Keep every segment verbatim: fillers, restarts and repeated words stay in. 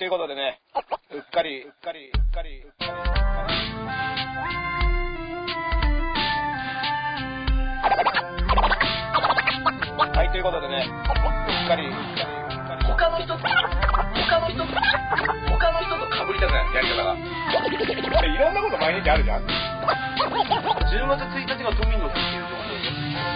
ということでね、うっかり、うっかり、うっかり、うっかり、うっかり。はい、ということでね、うっかり、うっかり、うっかり。 他の人と、他の人と、他の人と被りたくない、やり方が。 いろんなこと毎日あるじゃん。 じゅうがつついたちが都民の日っていう情報です。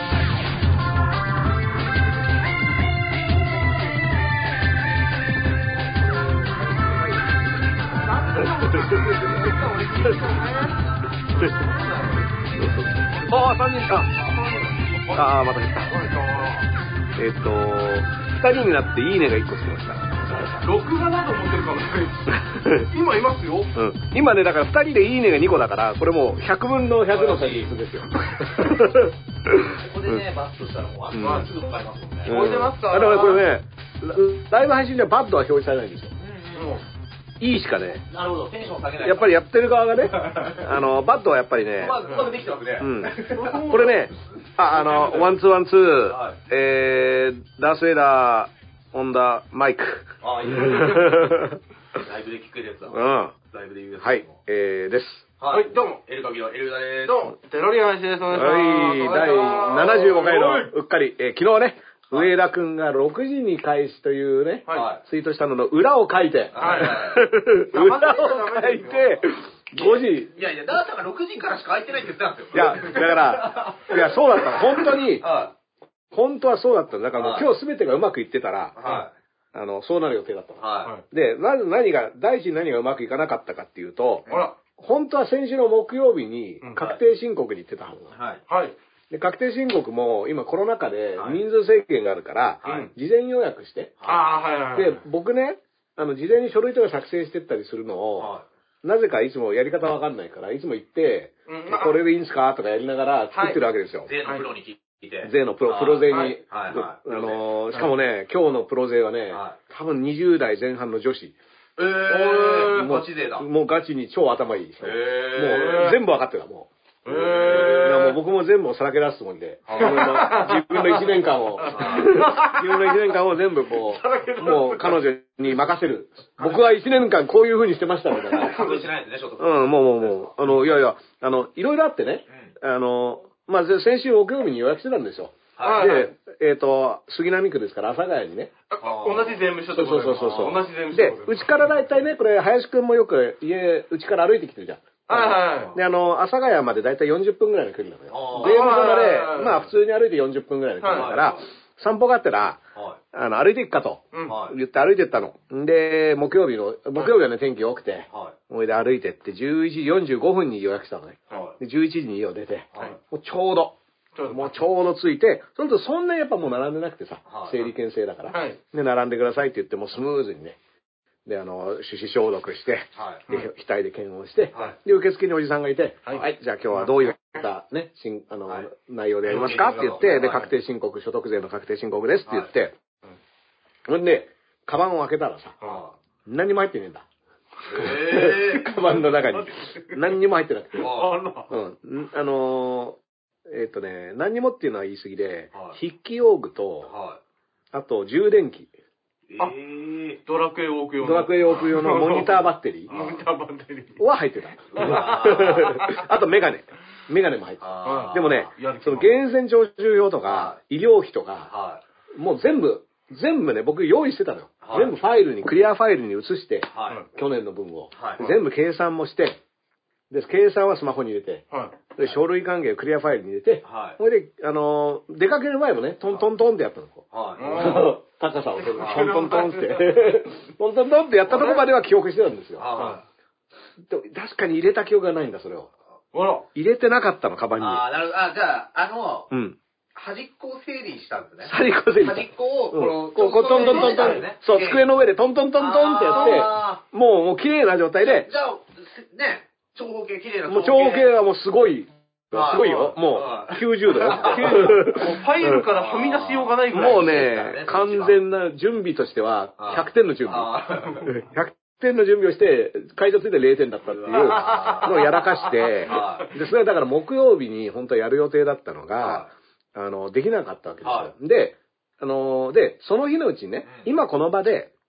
ああ、さんにん、あ、ああ、また減った。えっと、ふたりになっていいねがいっこつきました。 録画だと思ってるかもしれない。今いますよ。 うん。今ね、だからふたりでいいねがにこだから、これもうひゃくぶんのひゃくの確率ですよ。 ここでね、バッとしたらもう、あとはすぐ使いますもんね。 聞こえてますか？ だからこれね、ライブ配信ではバッドは表示されないんですよ。いいしかね。 なるほど、テンション下げない。 やっぱりやってる側がね、あの、バッドはやっぱりね、 まず、うまくできてますね。 うん。これね、あ、あの、ワンツーワンツー、 はい、 えー、ダースエイダー、オンダマイク。 ああ、いいですね。ライブで聞くやつだ。 うん。 ライブで言うやつ。 はい、えー、です。 はい、どうも。 エルカビのエルダです。 どうも、テロリアンです。お願いします。 はい、だいななじゅうごかいのうっかり、えー、昨日ね、上田くんがろくじに開始というね、 はツイートしたのの裏を書いて、 はい裏を書いて、ごじ。 いやいや、ダーさんがろくじからしか空いてないって言ったんですいや、だから、いや、そうだったの。本当に、 は本当はそうだったの。だからもうはい今日全てがうまくいってたら、 い。はあの、そうなる予定だったの。 い。はで、まず何が、第一に何がうまくいかなかったかっていうと、 あら、 本当は先週の木曜日に確定申告に行ってたはずなの。 い。はい。 はい。 で、確定申告も今コロナ禍ではい人数制限があるから、 はい事前予約して、 ああ、はいはいはい。 で、僕ね、あの、事前に書類とか作成してったりするのを、 はなぜかいつもやり方わかんないから、いつも行って、 うんこれでいいんすかとかやりながら作ってるわけですよ。 い。税のプロに聞いて。 税のプロ、プロ税に。 はいはいはあいのー、しかもね、今日のプロ税はね、 は多分にじゅう代前半の女子。 えー、 もうガチ勢だ。 もうガチに超頭いい人。 へもーう全部わかってた、もう。 へいやもうー。 僕も全部をさらけ出すつもりで、自分の、自分のいちねんかんを、自分のいちねんかんを全部こう、もう彼女に任せる。僕はいちねんかんこういう風にしてましたみたいな。 確認してないですね、ちょっと。 うん、もうもうもう、あの、いやいや、あの、いろいろあってね、あの、まあ、先週木曜日に予約してたんですよ。 はいで、えっと、杉並区ですから、阿佐ヶ谷にね。 あ同じ税務署そうそうそうそう。 同じ税務署で、うちからだいたいね、これ、林くんもよく家、うちから歩いてきてるじゃん。 はいはい。 で、あの、阿佐ヶ谷までだいたいよんじゅっぷんぐらいの距離なのよ。 あー税務署まはいで、まあ普通に歩いてよんじゅっぷんぐらいの距離だからはい、 散歩があったら、 はあの、歩いていくかとうん。 はい言って歩いてったの。で、木曜日の、木曜日はね、天気良くて、 い。はそれで歩いてってじゅういちじよんじゅうごふんに予約したのね。 い。はで、じゅういちじに家を出て、 はいもうちょうど、 ちょうどもうちょうど着いて、それとそんなにやっぱもう並んでなくてさは、い整理券制だから、 はい。 で、並んでくださいって言ってもうスムーズにね、で、あの、手指消毒して、 はい。 で、額で検温して、 はで、受付におじさんがいて、 はいはい、じゃあ今日はどういったね、しんあの、 はい内容でやりますかって言って、で、 はい確定申告、所得税の確定申告ですって言って、ほんで、カバンを開けたらさ、 は何にも入ってねえんだ。 へーカバンの中に。何にも入ってなくて。 はあら。 うん。んあのー、えっとね、何にもっていうのは言い過ぎではい、 筆記用具い。 と、 はあと充電器。 い。 あえー。 ドラクエウォーク用の。 ドラクエ用具用のモニターバッテリモニターバッテリー。 ーは入ってた。 ああとメガネ。メガネも入ってた。 あーでもねやる気、 その源泉徴収票とかは、 医療費とか、 はもう全部、全部ね、僕用意してたのよ。 はい全部ファイルに、クリアファイルに移して、 い。はい。 去年の分を。 はい全部計算もして、で、計算はスマホに入れて、 はい。 で書類関係をクリアファイルに入れて、 はい。 それで、あのー、出かける前もね、トントントンってやったの。こうは高さをトントントンって、トントントンってやったとこまでは記憶してたんですい。 よ。 はでも確かに入れた記憶がないんだ、それを。 あら。 入れてなかったの、カバい。 ンに。 ああ、なるほど。あ、じゃあ、あの、 うん。 端っこを整理したんですね。 端っこでいい端っこを、この、 こう、こうトントントントン。そう、机の上でトントントントンってやあって、もう、もう綺麗な状態で、 じゃあ、ね、長方形、綺麗なもう長方形はもうすごい、すはいごいよ。もはう、きゅうじゅうどよ。 もうファイルからはみ出しようがないぐらい。 もういいですからねね、 完全な準備としては、 はいひゃくてんの準備。 あひゃくてんの準備をして、会場ついてれいてんだったっていうのあをやらかしては、 で、それはだから木曜日に本当はやる予定だったのはが、あの、できなかったわけですはよ。で、あの、で、その日のうちにね、 うん今この場で、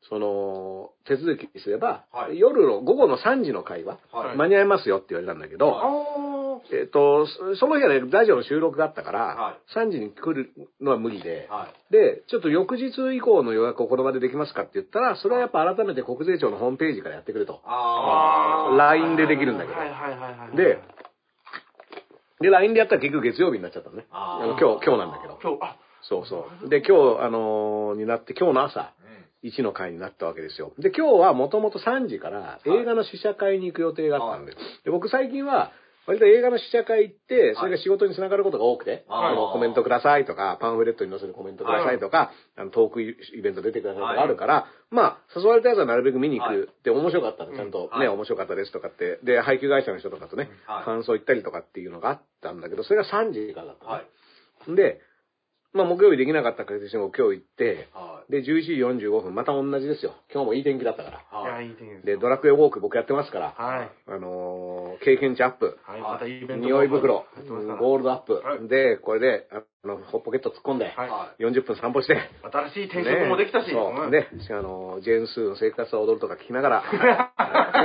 その、手続きすれば、 はい、 夜の午後のさんじの会話、はい、間に合いますよって言われたんだけど、はい、えっと、その日はね、ラジオの収録があったから、はい、さんじに来るのは無理で、はい、で、ちょっと翌日以降の予約をこの場でできますかって言ったら、それはやっぱ改めて国税庁のホームページからやってくれと。ライン でできるんだけど。で、で、ライン でやったら結局月曜日になっちゃったのね。あの今日、今日なんだけど。今日、あ、そうそう。で、今日、あのー、になって、今日の朝、いちの回になったわけですよ。で、今日はもともとさんじから映画の試写会に行く予定があったんで、はい、で僕最近は、割と映画の試写会行って、それが仕事につながることが多くて、はい、あのコメントくださいとか、パンフレットに載せるコメントくださいとか、はい、あのトークイベント出てくださいとかあるから、はい、まあ、誘われたやつはなるべく見に行くって面白かったの、ちゃんとね、はい、面白かったですとかって、で、配給会社の人とかとね、はい、感想言ったりとかっていうのがあったんだけど、それがさんじからだった、ね。はい、で、まあ、木曜日できなかったからとしても今日行って、はい、で、じゅういちじよんじゅうごふん、また同じですよ。今日もいい天気だったから。はい、いや、いい天気です。で、ドラクエウォーク僕やってますから、はい、あのー、経験値アップ、はい、またイベント匂い袋、ゴールドアップ、はい、で、これで、あの、ホッポケット突っ込んで、はい、よんじゅっぷん散歩して、 新しい転職もできたし、 ね、そう、で、あのー、ジェーンスーの生活は踊るとか聞きながら、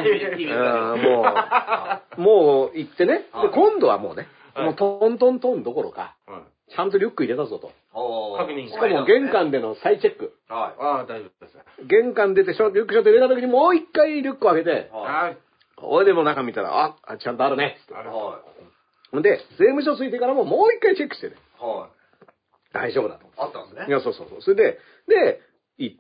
もう、もう行ってね、で、今度はもうね、もうトントントンどころか、ちゃんとリュック入れたぞと。確認。しかも玄関での再チェック。はい。ああ、大丈夫です。玄関出て、リュックショット入れた時にもう一回リュックを開けて、はい。おいでも中見たら、あ、ちゃんとあるね。はい。で、税務署ついてからももう一回チェックしてね。はい。大丈夫だと。 あったんですね。 いや、そうそうそう。それで、で、行って、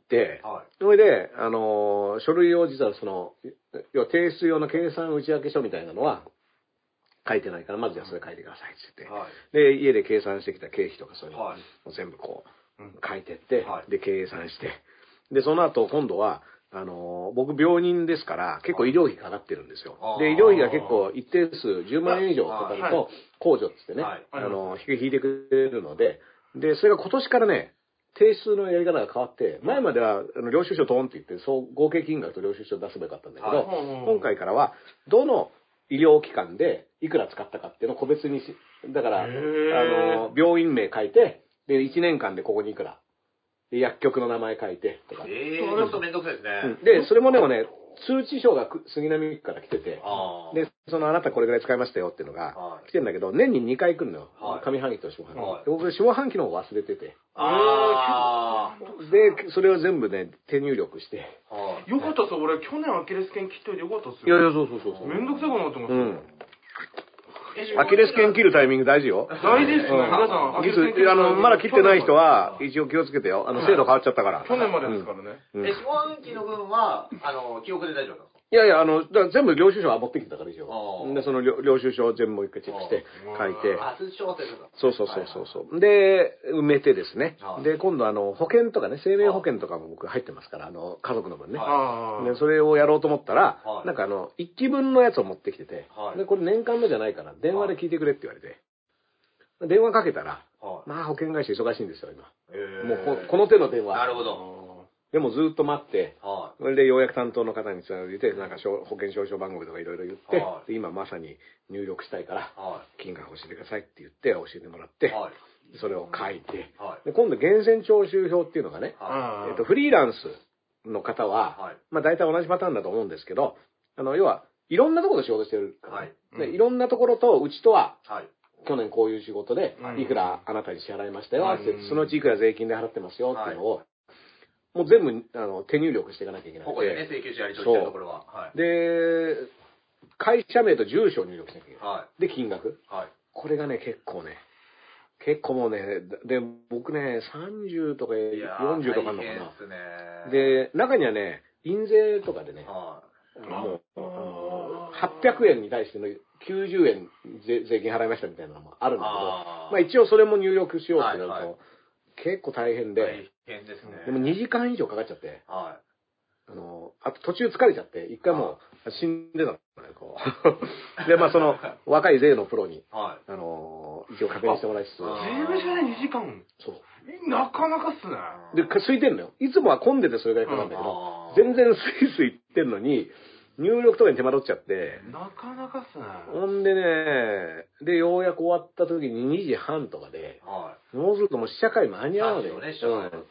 はい。それで、あのー、書類を実はその、要は提出用の計算内訳書みたいなのは、書いてないから、まずじゃあそれ書いてくださいって言って、はい、で、家で計算してきた経費とかそういうのを全部こう、書いてって、はい、で、計算して、で、その後今度は、あのー、僕病人ですから、結構医療費かかってるんですよ。で、医療費が結構一定数じゅうまんえん以上かかると、控除って言ってね、はい、あのー、引いてくれるので、で、それが今年からね、提出のやり方が変わって、前までは、あの領収書トーンって言って、そう、合計金額と領収書出せばよかったんだけど、はい、今回からは、どの医療機関でいくら使ったかっていうのを個別にし、だから、あの、病院名書いて、で、いちねんかんでここにいくら。で、薬局の名前書いて、とか。 ええー、ちょっとめんどくさいですね。 うん、で、それもでもね、通知書が杉並区から来てて、で、そのあなたこれぐらい使いましたよっていうのが来てんだけど、年ににかい来るのよ。はい、上半期と下半期。はい、で僕、下半期の方忘れてて。あで、それを全部ね、手入力して。 よかったっす、俺、去年アキレス腱切っといてよかったっすよ。 いやいや、そうそうそうそう。 めんどくさいかなと思って。うん。 アキレス腱切るタイミング大事よ。 大事ですね。皆さん、 アキレス腱切る。あの、まだ切ってない人は、一応気をつけてよ。あの、制度変わっちゃったから。 去年までですからね。 え、下半期の分は、あの、記憶で大丈夫なんですか？ いやいや、あの、だから全部領収書は持ってきてたから以上。で、その領収書を全部もう一回チェックして書いて。 あ、通知書忘れてた。 そうそうそうそうそう。で、埋めてですね。で、今度あの、保険とかね、生命保険とかも僕入ってますから、あの、家族の分ね。で、それをやろうと思ったら、なんかあの、一期分のやつを持ってきてて、で、これ年間のじゃないから、電話で聞いてくれって言われて。電話かけたら、まあ保険会社忙しいんですよ、今。もうこ、この手の電話。 なるほど。 でもずっと待って、はい、それでようやく担当の方につなげて、なんか保険証書番号とかいろいろ言って、はい、で今まさに入力したいから、はい、金額教えてくださいって言って教えてもらって、はい、それを書いて、はい、で今度源泉徴収票っていうのがね、はい、えっと、フリーランスの方は、はい、まあ大体同じパターンだと思うんですけど、あの、要は、いろんなところで仕事してるから、ね、はい、でいろんなところとうちとは、はい、去年こういう仕事で、いくらあなたに支払いましたよ、はい、そのうちいくら税金で払ってますよっていうのを、はい、もう全部あの手入力していかなきゃいけない。 ここでね、請求書やり取りしてるところは。 はい、で、会社名と住所を入力しなきゃいけない。はい、で、金額。はい、これがね、結構ね、結構もうね、で、僕ね、さんじゅうとかよんじゅうとかあるのかな。ですね。で、中にはね、印税とかでね、はい、もう、はっぴゃくえんに対してのきゅうじゅうえん税金払いましたみたいなのもあるんだけど、あまあ一応それも入力しようってなると、はいはい、結構大変で、 大変ですね。 でもにじかん以上かかっちゃって、はい、あの、あと途中疲れちゃって、一回もう死んでたのね、こう。で、まあその、若い税のプロに、はい、あの、一応確認してもらいつつ。税務署でにじかんそう。なかなかっすね。 で、空いてんのよ。いつもは混んでてそれぐらいかかるんだけど、全然スイスイ行ってんのに、入力とかに手間取っちゃって。 なかなかっすね。 ほんでね、で、ようやく終わった時ににじはんとかで、はい、もうするともう試写会間に合わないよね、うん。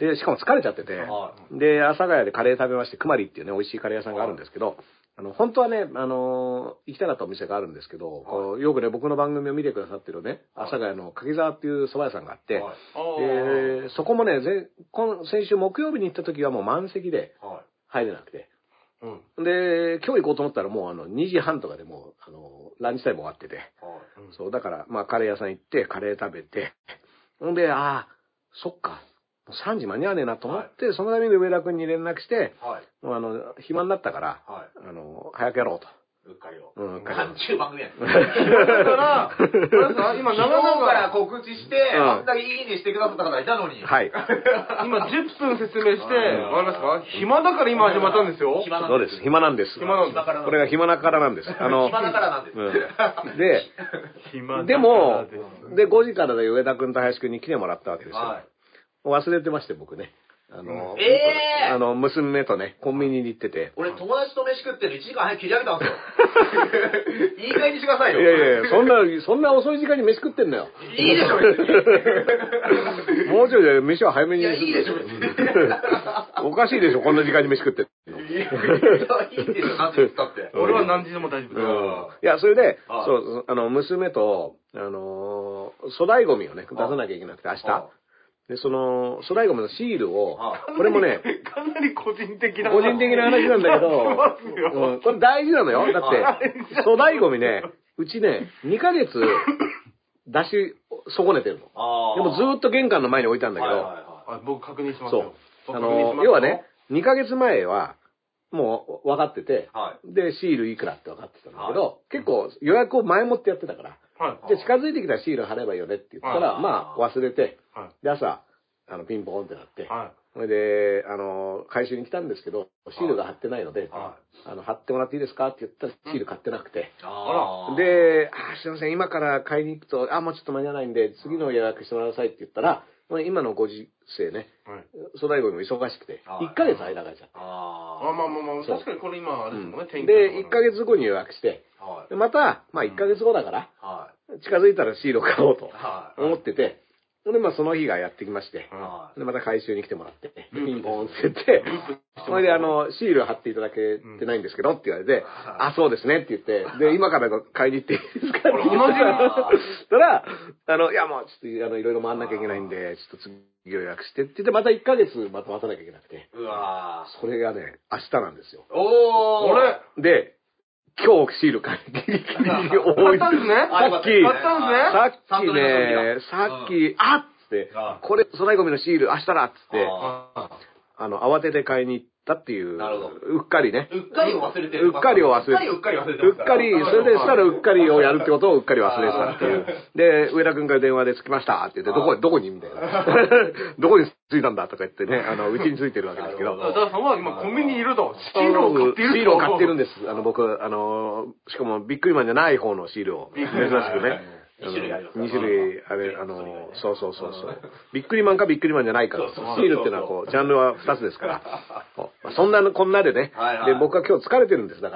で、しかも疲れちゃってて、で、阿佐ヶ谷でカレー食べまして、くまりっていうね、美味しいカレー屋さんがあるんですけど、あの、本当はね、あのー、行きたかったお店があるんですけど、はい、こうよくね、僕の番組を見てくださってるね、阿佐ヶ谷の柿沢っていう蕎麦屋さんがあって、はい、で、そこもね、ぜ今先週木曜日に行った時はもう満席で入れなくて、はい、で、今日行こうと思ったらもうあの、にじはんとかでもう、あの、ランチタイム終わってて、はい、そう、だから、まあ、カレー屋さん行って、カレー食べて、ほんで、ああ、そっか。さんじ間に合わねえなと思って、はい、そのために上田君に連絡して、はい、もうあの、暇になったから、はい、あの、早くやろうと。 うっかりを。 うん、 なんちゅう番組やねん。 だから、あれさ、今、長々 から告知して、うん、あんだけいいねしてくださった方いたのに。 はい。 今、じゅっぷん説明して、わかりますか？暇だから今始まったんですよ。 暇なんです。そうです。暇なんです。 暇なんです。 これが暇だからなんです。あの、 暇だからなんです。 うん、で、でも、で、ごじからで上田君と林君に来てもらったわけですよ。はい、忘れてまして、僕ね。あの、 えー、あの、娘とね、コンビニに行ってて。 俺、友達と飯食ってるのいちじかん早く切り上げたんですよ。いい加減にしてくださいよ。 いやいやいや、そんな、そんな遅い時間に飯食ってんのよ。 いいでしょ、別に。 もうちょいで飯は早めに。 いや、いいでしょ、別に。 おかしいでしょ、こんな時間に飯食ってんの。 いや、いいでしょ、何時食ったって。 俺は何時でも大丈夫だよ。 いや、それで、そう、あの、娘と、あの、粗大ゴミをね、出さなきゃいけなくて、明日。で、その、粗大ゴミのシールを、これもね、 かなり個人的な個人的な話なんだけど、うん、これ大事なのよ。だって、粗大ゴミね、うちね、にかげつ出し損ねてるの。でもずーっと玄関の前に置いたんだけど、 僕確認しますよ。 そう。あの、要はね、にかげつまえは、もう分かってて、はい、で、シールいくらって分かってたんだけど、はい、結構予約を前もってやってたから、はい、で、近づいてきたらシール貼ればいいよねって言ったら、はい、まあ忘れて、はい、で、朝、あの、ピンポーンってなって、はい、それで、あの、回収に来たんですけど、シールが貼ってないので、はい、あの、貼ってもらっていいですかって言ったら、シール買ってなくて、うん、で、あ、すいません、今から買いに行くと、あ、もうちょっと間に合わないんで、次の予約してもらいなさいって言ったら、今のご時世ね、粗大ゴミも忙しくて、いっかげつ間が空いちゃった。 ああ、まあまあまあ、確かにこれ今、あれですもんね、天気で、いっかげつごに予約して、でまた、まあいっかげつごだから、近づいたらシールを買おうと思ってて、で、まあその日がやってきまして、で、また回収に来てもらって、ピンポンって言って、それであの、シール貼っていただけてないんですけどって言われて、あ、そうですねって言って、で、今から買いに行っていいですかって言ったら、あの、いやもうちょっと、あの、いろいろ回んなきゃいけないんで、ちょっと次予約してって言って、またいっかげつまた待たなきゃいけなくて。 うわそれがね、明日なんですよ。 おーあれで、今日シール買いにギリギリ多い。買ったんですねさっき、 買ったんですねさっきね、さっき、あっつって、これ、粗大ゴミのシール明日だっつって、あの、慌てて買いに行ったっていう、 なるほど。 うっかりね。 うっかりを忘れてる。 うっかりを忘れてる。うっかり忘れてる。うっかり、それでしたらうっかりをやるってことをうっかり忘れてたっていう。で、上田くんから電話で着きましたって言って、どこ、どこにみたいな。どこに着いたんだとか言ってね、あの、うちに着いてるわけですけど。 だからさんは今コンビニにいると。シールを買っている。 シールを買ってるんです。あの、僕、あの、しかもビックリマンじゃない方のシールを。珍しくね。 に種類あります。 に種類、あれ、あの、そうそうそうそう。ビックリマンかビックリマンじゃないか。シールっていうのはこう、ジャンルはふたつですから。そんな、こんなでね。で、僕は今日疲れてるんです、だから。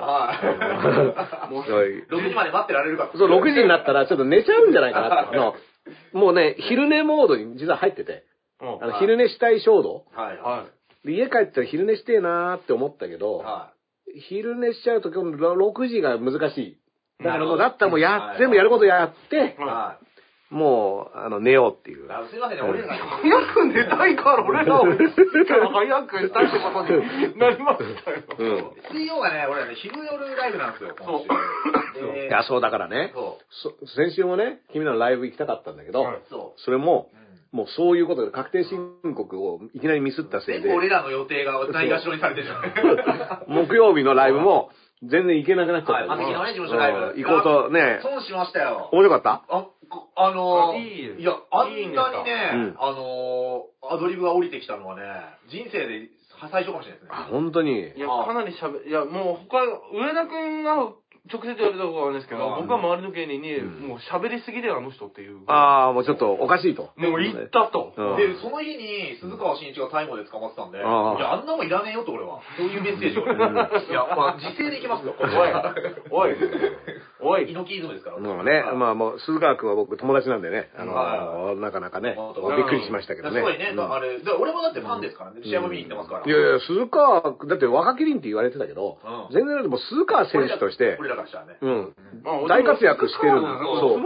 もう、ろくじまで待ってられるか。 そう、ろくじになったらちょっと寝ちゃうんじゃないかなって。もうね、昼寝モードに実は入ってて。あの昼寝したい衝動。で、家帰ったら昼寝してえなーって思ったけど、昼寝しちゃうと今日ろくじが難しい。だからもう、だったらもうや、全部やることやって、もう、あの、寝ようっていう。 すいませんね、俺らが。 早く寝たいから、俺らを早くしたいってことになりましたよ。 水曜がね、俺らね、昼夜ライブなんですよ、今週。 いや、そうだからね。先週もね、君らのライブ行きたかったんだけど、それも、もうそういうことで確定申告をいきなりミスったせいで。 全部俺らの予定がないがしろにされてるじゃん。 木曜日のライブも、全然行けなくなっちゃった。はい、 あの日のね、事務所ライブ。 行こうとね。 損しましたよ。 面白かった？ あ、あのー、いや、あんなにね、あのー、アドリブが降りてきたのはね、人生で最初かもしれないですね。 あ、本当に。 いや、かなり喋、いや、もう他、上田くんが、直接言われたことはあるんですけど、僕は周りの芸人に、もう喋りすぎであの人っていう。 ああ、もうちょっとおかしいと。 もう言ったと。 で、その日に鈴川真一が大麻で捕まってたんで、いや、あんなもんいらねえよと俺は。そういうメッセージを。いや、まあ、自制でいきますよ、これは。 おい、おおい。 猪木イズムですから。 もうね、まあもう、鈴川くんは僕友達なんでね、あの、なかなかね、びっくりしましたけどね。 すごいね、あれ、俺もだってファンですからね、試合も見に行ってますから。 いやいや、鈴川、だって若きりんって言われてたけど、全然でも鈴川選手として、 俺らからしたらね。 うん。大活躍してる。 そう。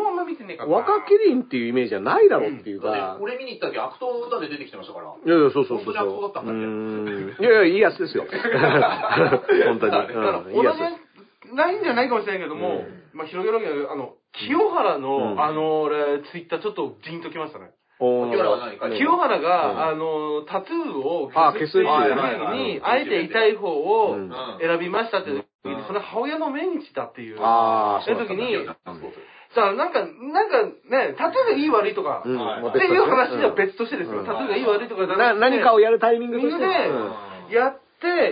若きりんっていうイメージはないだろうっていうか。 俺見に行った時、悪党の歌で出てきてましたから。 いやいや、そうそうそう。 本当に悪党だったんだけど。いやいや、いいやつですよ。本当に。 いいやつ。ないんじゃないかもしれないけども、まあ、広げるわけだけど、あの、清原の、あの、俺、ツイッターちょっとジンときましたね。 清原は何か清原が、あの、タトゥーを消すっていうに、あえて痛い方を選びましたって時に、その母親の命日だっていう。ああ、そういう時に、さあ、なんか、なんかね、タトゥーがいい悪いとか、っていう話では別としてですよ。タトゥーがいい悪いとかじゃなくて、 何かをやるタイミングとして。 で、やって、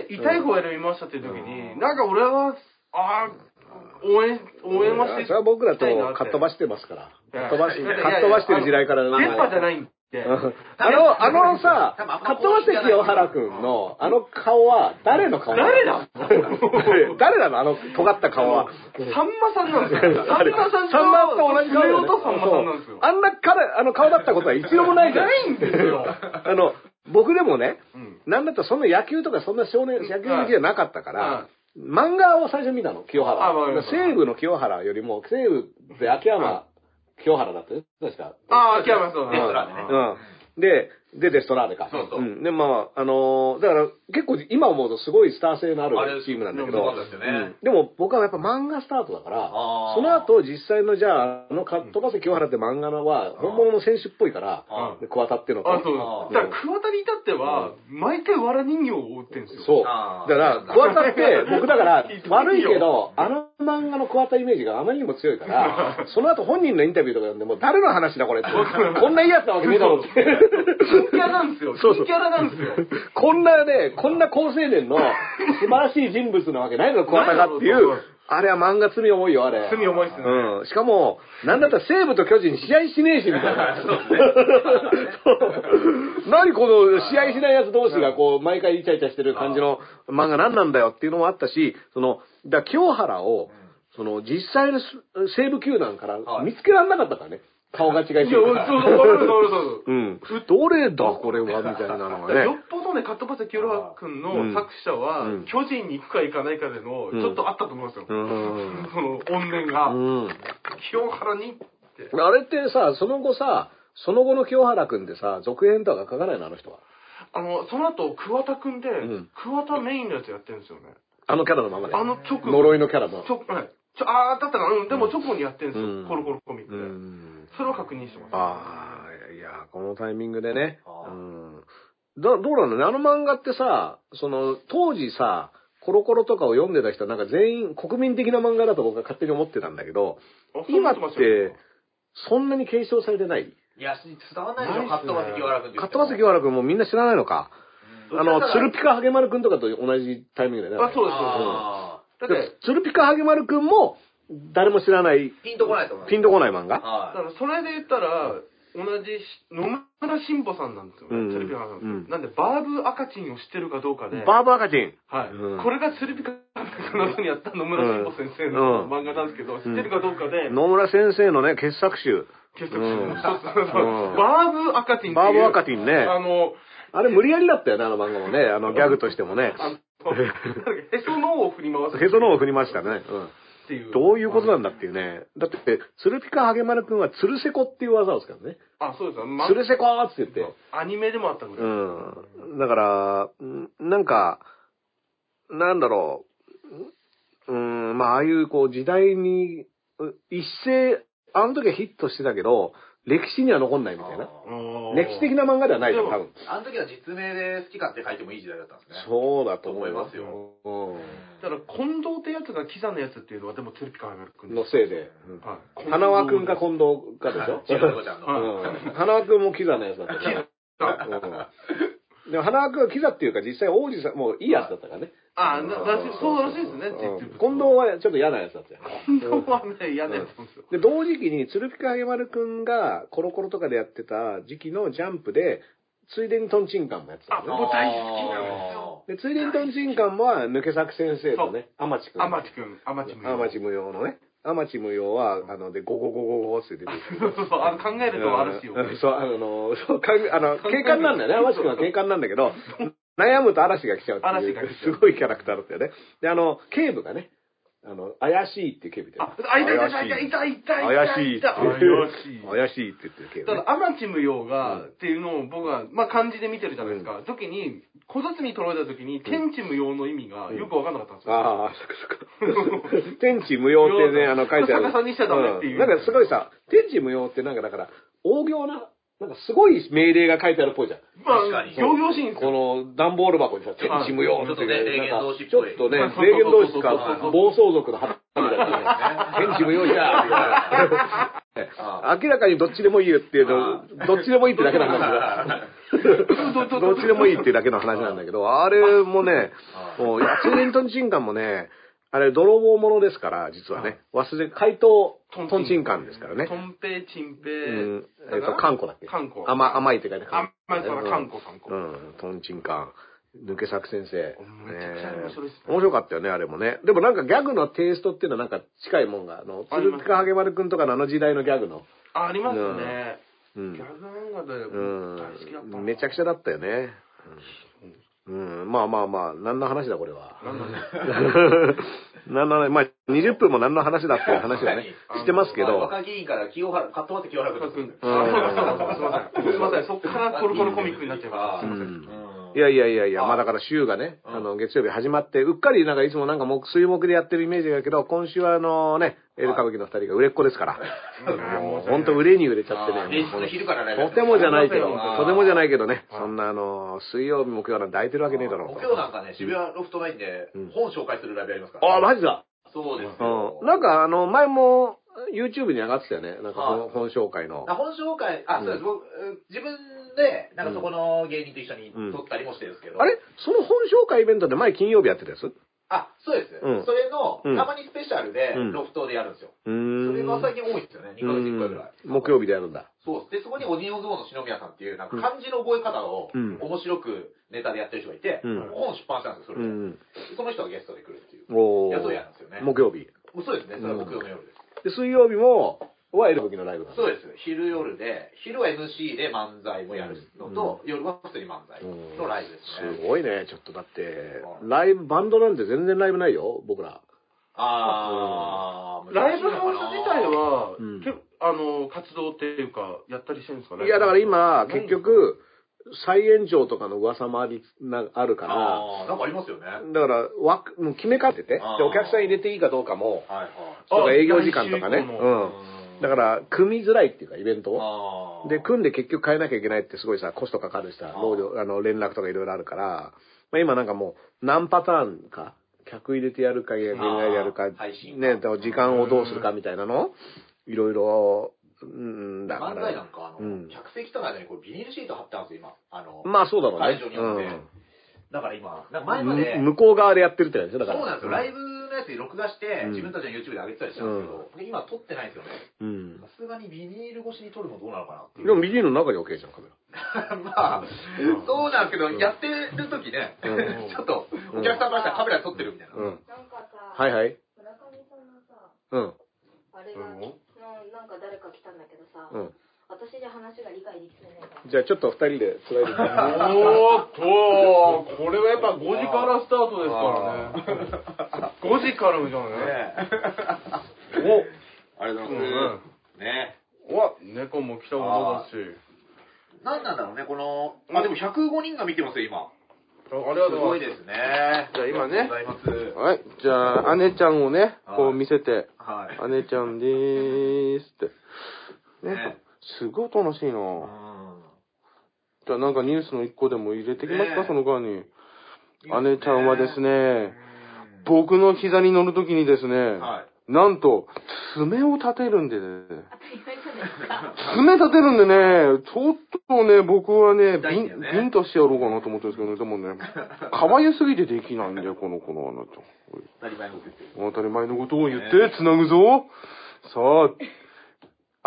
痛い方を選びましたっていう時に、なんか俺は、ああ、応援、応援はして。 それは僕らとかっ飛ばしてますから。かっ飛ばし、かっ飛ばしてる時代から電波じゃないんで。 あの、あのさ、かっ飛ばして清原くんの、あの顔は、誰の顔誰だ誰なのあの尖った顔は。 さんまさんなんですよ。さんまさんさんまと同じ顔だよね。 さんまさんなんですよ。 あんな彼、あの顔だったことは一度もないじゃん。 ないんですよ。 あの、僕でもね、なんだったらそんな野球とかそんな少年、野球好きじゃなかったから、漫画を最初見たの、清原。西武の清原よりも、西武って秋山清原だってどうですか？ ああ、秋山そう。 デストラーでね。 うん。で、で、デストラーデか。 そうそう。 うん。で、まあ、あのー、だから結構今思うとすごいスター性のあるチームなんだけど、うん、でも僕はやっぱ漫画スタートだから、その後実際のじゃあ、あのかっ飛ばせ清原って漫画のは本物の選手っぽいから、桑田っていうのと。 あ、そう。だから桑田に至っては、毎回藁人形を追ってるんですよ。 そう。だから、桑田って、僕だから悪いけど、あの漫画の桑田イメージがあまりにも強いから、その後本人のインタビューとか読んでも、誰の話だこれって。こんないいやつなわけねえだろって。 金キャラなんですよ。 そうそう。 金キャラなんですよ。 こんなね、こんな高青年の素晴らしい人物なわけないの、桑田がっていう。あれは漫画罪重いよ、あれ。 罪重いっすね。 うん。しかも、なんだったら西武と巨人試合しねえし、みたいな。そうですね。何この試合しない奴同士がこう、毎回イチャイチャしてる感じの漫画何なんだよっていうのもあったし、その、だ清原を、その、実際の西武球団から見つけられなかったからね。顔が違いすぎて。 そうそうそうそう。 うん。どれだこれはみたいなのがね。 よっぽどね、かっ飛ばせ清原くんの作者は、巨人に行くか行かないかでの、ちょっとあったと思いますよ。その、怨念が。清原にって。 あれってさ、その後さ、その後の清原くんでさ、続編とか書かないのあの人は。 あの、その後、桑田くんで、桑田メインのやつやってるんですよね。 あのキャラのままで。 あの直後。 呪いのキャラの。 ちょ、はい。ちょ、あー、だったら、うん、でも直後にやってるんですよ。コロコロコミックで。それを確認してます。 ああ、いや、このタイミングでね。うん。ど、どうなのね、あの漫画ってさ、その、当時さ、コロコロとかを読んでた人はなんか全員国民的な漫画だと僕は勝手に思ってたんだけど、今って、そんなに継承されてない？ いや、伝わんないでしょ、カットバセ清原くん。 カットバセ清原くんもみんな知らないのか。あの、ツルピカハゲマルくんとかと同じタイミングでね。 あ、そうです、そうです。 だって、ツルピカハゲマルくんも、誰も知らない。 ピンとこないと思う。 ピンとこない漫画。 だからそれで言ったら、同じ野村慎吾さんなんですよね。ツルピカさん。なんで、バーブ赤チンを知ってるかどうかで。 バーブ赤チン。 はい。これがツルピカの後にやった野村慎吾先生の漫画なんですけど、知ってるかどうかで。 野村先生のね、傑作集。 傑作集。そうそうそう。バーブ赤チン。 バーブ赤チンね。 あの、 あれ無理やりだったよね、あの漫画もね。あの、ギャグとしてもね。 へその緒を振り回す。 へその緒を振りましたね。うん。どういうことなんだっていうね。だって、ツルピカハゲマルくんはツルセコっていう技を使うね。 あ、そうですよ。ツルセコーって言って。 アニメでもあったぐらい。 うん。だから、なんか、なんだろう。うん、まあ、ああいうこう時代に、一斉、あの時はヒットしてたけど、歴史には残んないみたいな。歴史的な漫画ではないじゃん、多分。 あの時は実名で好き勝手書いてもいい時代だったんですね。 そうだと思いますよ。 だから近藤ってやつがキザのやつっていうのはでもツルピカハゲマルくんのせいで。花輪くんか近藤かでしょ。花輪くんもキザのやつだった。キザ。でも花輪くんはキザっていうか実際王子さんもういいやつだったからね。 ああ、そうらしいですね。 近藤はちょっと嫌なやつだったよ。 近藤はね、嫌なやつなんですよ。 で、同時期にツルピカハゲマルくんがコロコロとかでやってた時期のジャンプで、ついでにトンチンカンもやってたんですよ。 あ、もう大好きなんですよ。 で、ついでにトンチンカンは抜け作先生とね、アマチくん。 アマチくん、アマチ無用。 アマチ無用のね。 アマチ無用は、あの、で、ゴゴゴゴゴって出てくる。 そうそうそう、あの、考えるとあるしよ。 そう、あの、そう、かん、あの、警官なんだよね。アマチ君は警官なんだけど、悩むと嵐が来ちゃうっていう、すごいキャラクターだったよね。で、あの、警部がね、あの、怪しいっていう警部で。 あ、いたいたいたいたいたいた怪しいって。怪しい。怪しいって言ってる警部。 ただ、アマチ無用が、っていうのを僕は、まあ漢字で見てるじゃないですか。時に、小包取られた時に、天地無用の意味がよくわかんなかったんですよ。 ああ、そっかそっか。天地無用ってね、あの、書いてある。 逆さにしちゃダメっていう。 なんかすごいさ、天地無用ってなんかだから、大行な、なんかすごい命令が書いてあるっぽいじゃん。 確かに。行々しいんですよ。 この段ボール箱にさ、天地無用って。 ちょっとね、霊言同士っぽい。ちょっとね、霊言同士か、暴走族の旗みたいな。天地無用じゃー明らかにどっちでもいいよっていうの、どっちでもいいってだけなんだけど、どっちでもいいっていうだけの話なんだけど、あれもね、もう、ヤツレントンチンカンもね、あれ、泥棒者ですから、実はね。忘れ、怪盗トンチンカンですからね。 トンペイ、チンペイ。 うん。えっと、カンコだっけカンコ。 甘、甘いって書いてカンコ。甘いからカンコ、カンコ。 うん、トンチンカン。抜け作先生。 めちゃくちゃ面白いですね。 面白かったよね、あれもね。でもなんかギャグのテイストっていうのはなんか近いもんが、あの、鶴塚ハゲマルくんとかのあの時代のギャグの。 あ、ありますよね。 うん。 ギャグ漫画で大好きだった。 めちゃくちゃだったよね。うん、まあまあまあ、何の話だこれは。何の話何の話、まあにじゅっぷんも何の話だっていう話はね、してますけど。 若議員から清原、カットマって清原君。すいません。すいません。そっからコロコロコミックになっちゃいます。すいません。 いやいやいやいや、まあだから週がね、あの、月曜日始まって、うっかりなんかいつもなんか木、水木でやってるイメージだけど、今週はあのね、エル歌舞伎の二人が売れっ子ですから。もう、ほんと売れに売れちゃってね。とてもじゃないけど、とてもじゃないけどね、そんなあの、水曜日、木曜なんて空いてるわけねえだろう。 木曜なんかね、渋谷ロフトナインで本紹介するライブやりますから。 あ、マジだ。 そうですよ。 なんかあの、前も YouTube に上がってたよね。なんか本紹介の。 本紹介、あ、そうです。僕、自分で、なんかそこの芸人と一緒に撮ったりもしてるんですけど。 あれその本紹介イベントで前金曜日やってたやつ？ あ、そうです。それの、たまにスペシャルで、ロフトでやるんですよ。それが最近多いですよね。にかげついっかいぐらい。 木曜日でやるんだ。 そうで、そこにオニオン相撲の篠宮さんっていう、なんか漢字の覚え方を面白くネタでやってる人がいて、本出版したんですよ、それで。その人がゲストで来るっていうやつをやるんですよね。 木曜日。 そうですね、それは木曜の夜です。 で、水曜日も、はエルブキのライブ。 そうです。昼夜で、昼は エムシー で漫才もやるのと、夜は普通に漫才のライブですね。 すごいね、ちょっとだって、ライブ、バンドなんて全然ライブないよ、僕ら。 あー、ライブハウス自体は、あの、活動っていうか、やったりしてるんですかね。 いや、だから今、結局、再延長とかの噂もあり、な、あるから。 ああ、なんかありますよね。 だから、枠、もう決めかってて。で、お客さん入れていいかどうかも、はいはい。とか営業時間とかね。うん。だから、組みづらいっていうか、イベントを。で、組んで結局変えなきゃいけないってすごいさ、コストかかるしさ、労働、あの、連絡とかいろいろあるから、まあ今なんかもう、何パターンか、客入れてやるか、現外でやるか、ね、時間をどうするかみたいなの、いろいろ、うん、だから。 漫才なんか、あの、客席との間にこれビニールシート貼ってあるんですよ、今。あの、 まあそうだろうね。 会場によって。だから今、前まで。 向こう側でやってるってやつだから。 そうなんですよ。ライブのやつに録画して、自分たちの YouTube で上げてたりしたんですけど、今撮ってないんですよね。うん。さすがにビニール越しに撮るのどうなのかなっていう。 でもビニールの中に置けじゃん、カメラ。まあ、そうなんですけど、やってる時ね、ちょっと、お客さんからしたらカメラで撮ってるみたいな。なんかさ、 はいはい。 村上さんのさ、 うん。 あれが、なんか誰か来たんだけどさ、私じゃ話が理解できてないから。 じゃあちょっと二人でつないでみて。 おーっと、これはやっぱごじからスタートですからね。ごじからみたいなね。 お、ありがとうございます。ね。 うわ、猫も来たことだし。 なんなんだろうね、この、あ、でもひゃくごにんが見てますよ、今。 ありがとうございます。 すごいですね。 じゃあ今ね。 ありがとうございます。 はい。じゃあ、姉ちゃんをね、こう見せて。 はい。 姉ちゃんでーすって。ね。すごい楽しいなぁ。じゃあなんかニュースの一個でも入れてきますか、その間に。姉ちゃんはですね、僕の膝に乗るときにですね、なんと、爪を立てるんでね。爪立てるんでね、ちょっとね、僕はね、ビン、ビンとしてやろうかなと思ってるんですけどね、でもね、可愛すぎてできないんだよ、この子の姉ちゃん。 当たり前のこと言って。 当たり前のことを言って、つなぐぞ。さあ、あ、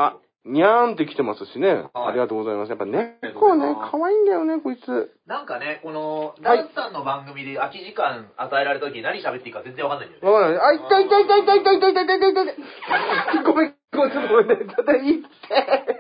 にゃーんって来てますしね。ありがとうございます。やっぱ猫ね、可愛いんだよね、こいつ。 なんかね、この、ダンスさんの番組で空き時間与えられた時に何喋っていいか全然わかんないんだよね。 わかんない。あ、痛い痛い痛い痛い痛い痛い痛い痛い痛い痛い。ごめん、ごめん、ちょっとごめんね。ちょっといいって。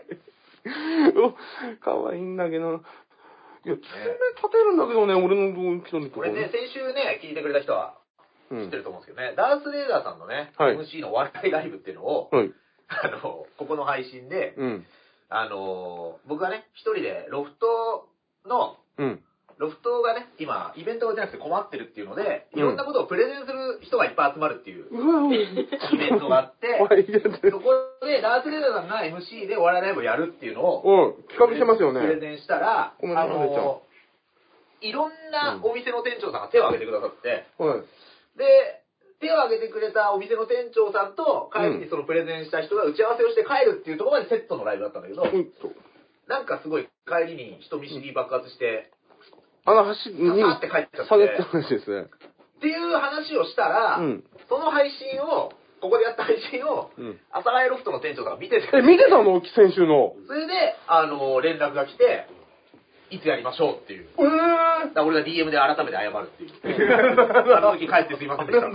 可愛いんだけど。いや、爪立てるんだけどね、俺の人のところ。 これね、先週ね、聞いてくれた人は知ってると思うんですけどね、ダース・レーダーさんのね、エムシー のお笑いライブっていうのを、あの、ここの配信で、あの、僕がね、一人でロフトの、ロフトがね、今、イベントが出なくて困ってるっていうので、いろんなことをプレゼンする人がいっぱい集まるっていうイベントがあって、そこでダース・レーダーさんが エムシー でお笑いライブをやるっていうのを、 企画してますよね。 プレゼンしたら、あの、いろんなお店の店長さんが手を挙げてくださって、で、手を挙げてくれたお店の店長さんと、帰りにそのプレゼンした人が打ち合わせをして帰るっていうところまでセットのライブだったんだけど、なんかすごい帰りに人見知り爆発して、 あの橋に、パーって帰っちゃって、っていう話をしたら、その配信を、ここでやった配信を、阿佐ヶ谷ロフトの店長さんが見てて、 え、見てたの先週の。 それで、あの、連絡が来て、いつやりましょうっていう。 えー、だ俺が ディーエム で改めて謝るっていう。あの時帰ってすいませんでしたって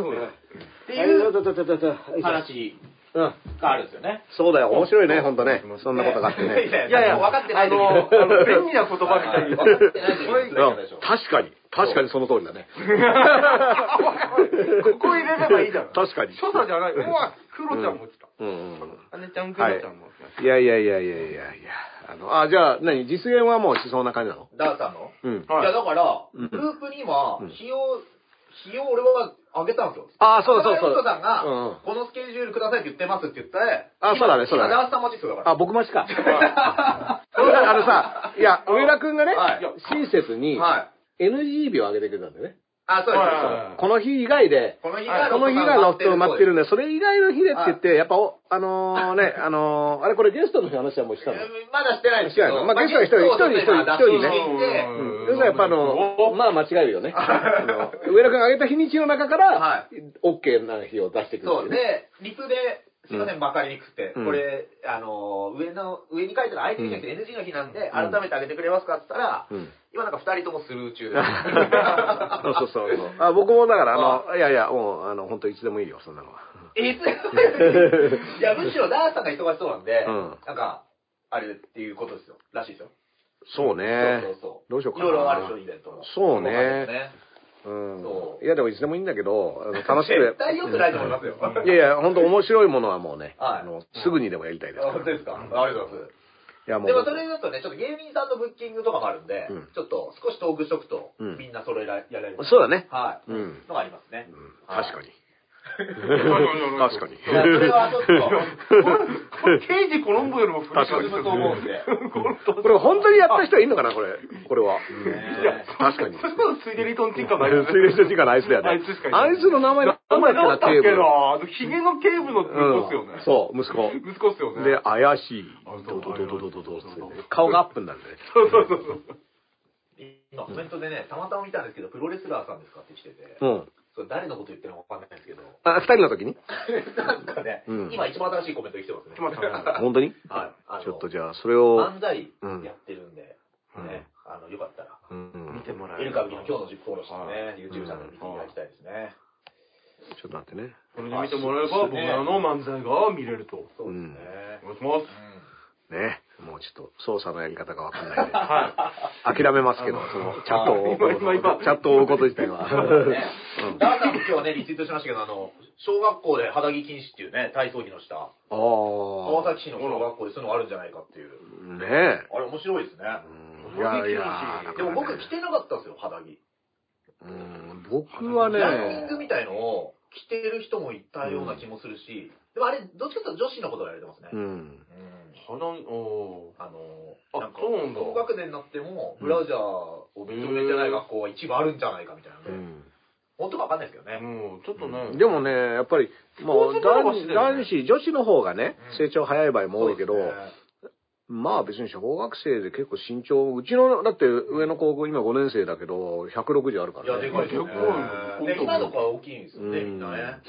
いう話があるんですよね。 そうだよ、面白いね、ほんとね。そんなことがあってね。 いやいや、分かってない時に。 便利な言葉みたいに。 分かってない時に。 確かに。確かにその通りだね。 ここ入れればいいだろ。 確かに。 所作じゃない。うわ、クロちゃんも来た。姉ちゃん、クロちゃんも来た。 いやいやいやいやいやいや。あの、あ、じゃあ、何実現はもうしそうな感じなの？ ダーさんの？ うん。 いや、だから、グループに今、日を、日を俺はあげたんですよ。 ああ、そうそうそう。 ヨットさんが、このスケジュールくださいって言ってますって言ったら、 あ、そうだね、そうだね。 ダースさん待ちっすよ、だから。 あ、僕待ちか。あのさ、いや、上田くんがね、親切に、エヌジー 日をあげてくれたんだよね。 あ、そうです。 この日以外で、この日がロフト埋まってるんで、それ以外の日でって言って、やっぱ、あのね、あのあれこれゲストの話はもうしたの？ まだしてないですけど。まあゲストが一人、一人、一人、一人ね。うん。やっぱあの、まあ間違えるよね。上田くんがあげた日にちの中から、OK な日を出してくる。 そう。で、リプで、すいません、わかりにくくて。これ、あの、上の、上に書いてる相手じゃなくて エヌジー の日なんで、改めてあげてくれますかって言ったら、今なんか二人ともスルー中です。 そうそうそう。あ、僕もだから、あの、いやいや、もう、あの、本当いつでもいいよ、そんなのは。 いつでもいいいや、むしろダースさんが忙しそうなんで、なんか、あれっていうことですよ。らしいですよ。 そうね。 そうそうそう。 どうしようかな。 いろいろあるでしょ、イベントも。 そうね。うん。いや、でもいつでもいいんだけど、楽しく。 絶対良くないと思いますよ。 いやいや、本当面白いものはもうね、あの、すぐにでもやりたいです。 本当ですか？ありがとうございます。いやもうでもそれだとね、ちょっと芸人さんのブッキングとかもあるんで、ちょっと少しトークしとくと、みんなそれやられる。 そうだね。 はい。のがありますね。 確かに。確かに。 それはちょっと、 これ、刑事コロンボよりも古い進むと思うんで。 これ本当にやった人はいいのかな、これ。これは。いや、確かに。 それこそスイデリトンチンカのあいつ。 スイデリトンチンカのあいつだよね。あいつの名前名前だったっけな。ヒゲの警部の息子っすよね。 そう、息子。 息子っすよね。 で、怪しい。ドドドドドドド顔がアップになるね。 そうそうそう。 今コメントでね、たまたま見たんですけど、プロレスラーさんですかって来てて。 うん。 それ誰のこと言ってるのかわかんないですけど。 あ、二人の時になんかね、今一番新しいコメント来てますね。 本当にはい。 ちょっとじゃあ、それを。 漫才やってるんで、ね、あの、よかったら、 見てもらえる。 エルカブキの今日の実行のしてね、YouTube チャンネル見ていただきたいですね。 ちょっと待ってね。 これで見てもらえば、僕らの漫才が見れると。 そうですね。 お願いします。 ね。もうちょっと操作のやり方がわかんないんで。はい。諦めますけど、その、チャットを、チャットを追うこと自体は。 ダーさんも今日ね、リツイートしましたけど、あの、小学校で肌着禁止っていうね、体操着の下。ああ。川崎市の小学校でそういうのあるんじゃないかっていう。 ねえ。 あれ面白いですね。 いやいや。 でも僕着てなかったんですよ、肌着。 うん、僕はね。 ランニングみたいのを着てる人もいたような気もするし、でもあれ、どっちかというと女子のことをやれてますね。うん。 肌着、おあの、なんか、高学年になっても、ブラジャーを認めてない学校は一部あるんじゃないかみたいなので、本当かわかんないですけどね。 うん、ちょっとね。 でもね、やっぱり、もう男子、女子の方がね、成長早い場合も多いけど、まあ別に小学生で結構身長、うちの、だって上の高校今ごねん生だけど、ひゃくろくじゅうあるからね。 いや、でかいですよね。で、今の子は大きいんですよね、みんなね。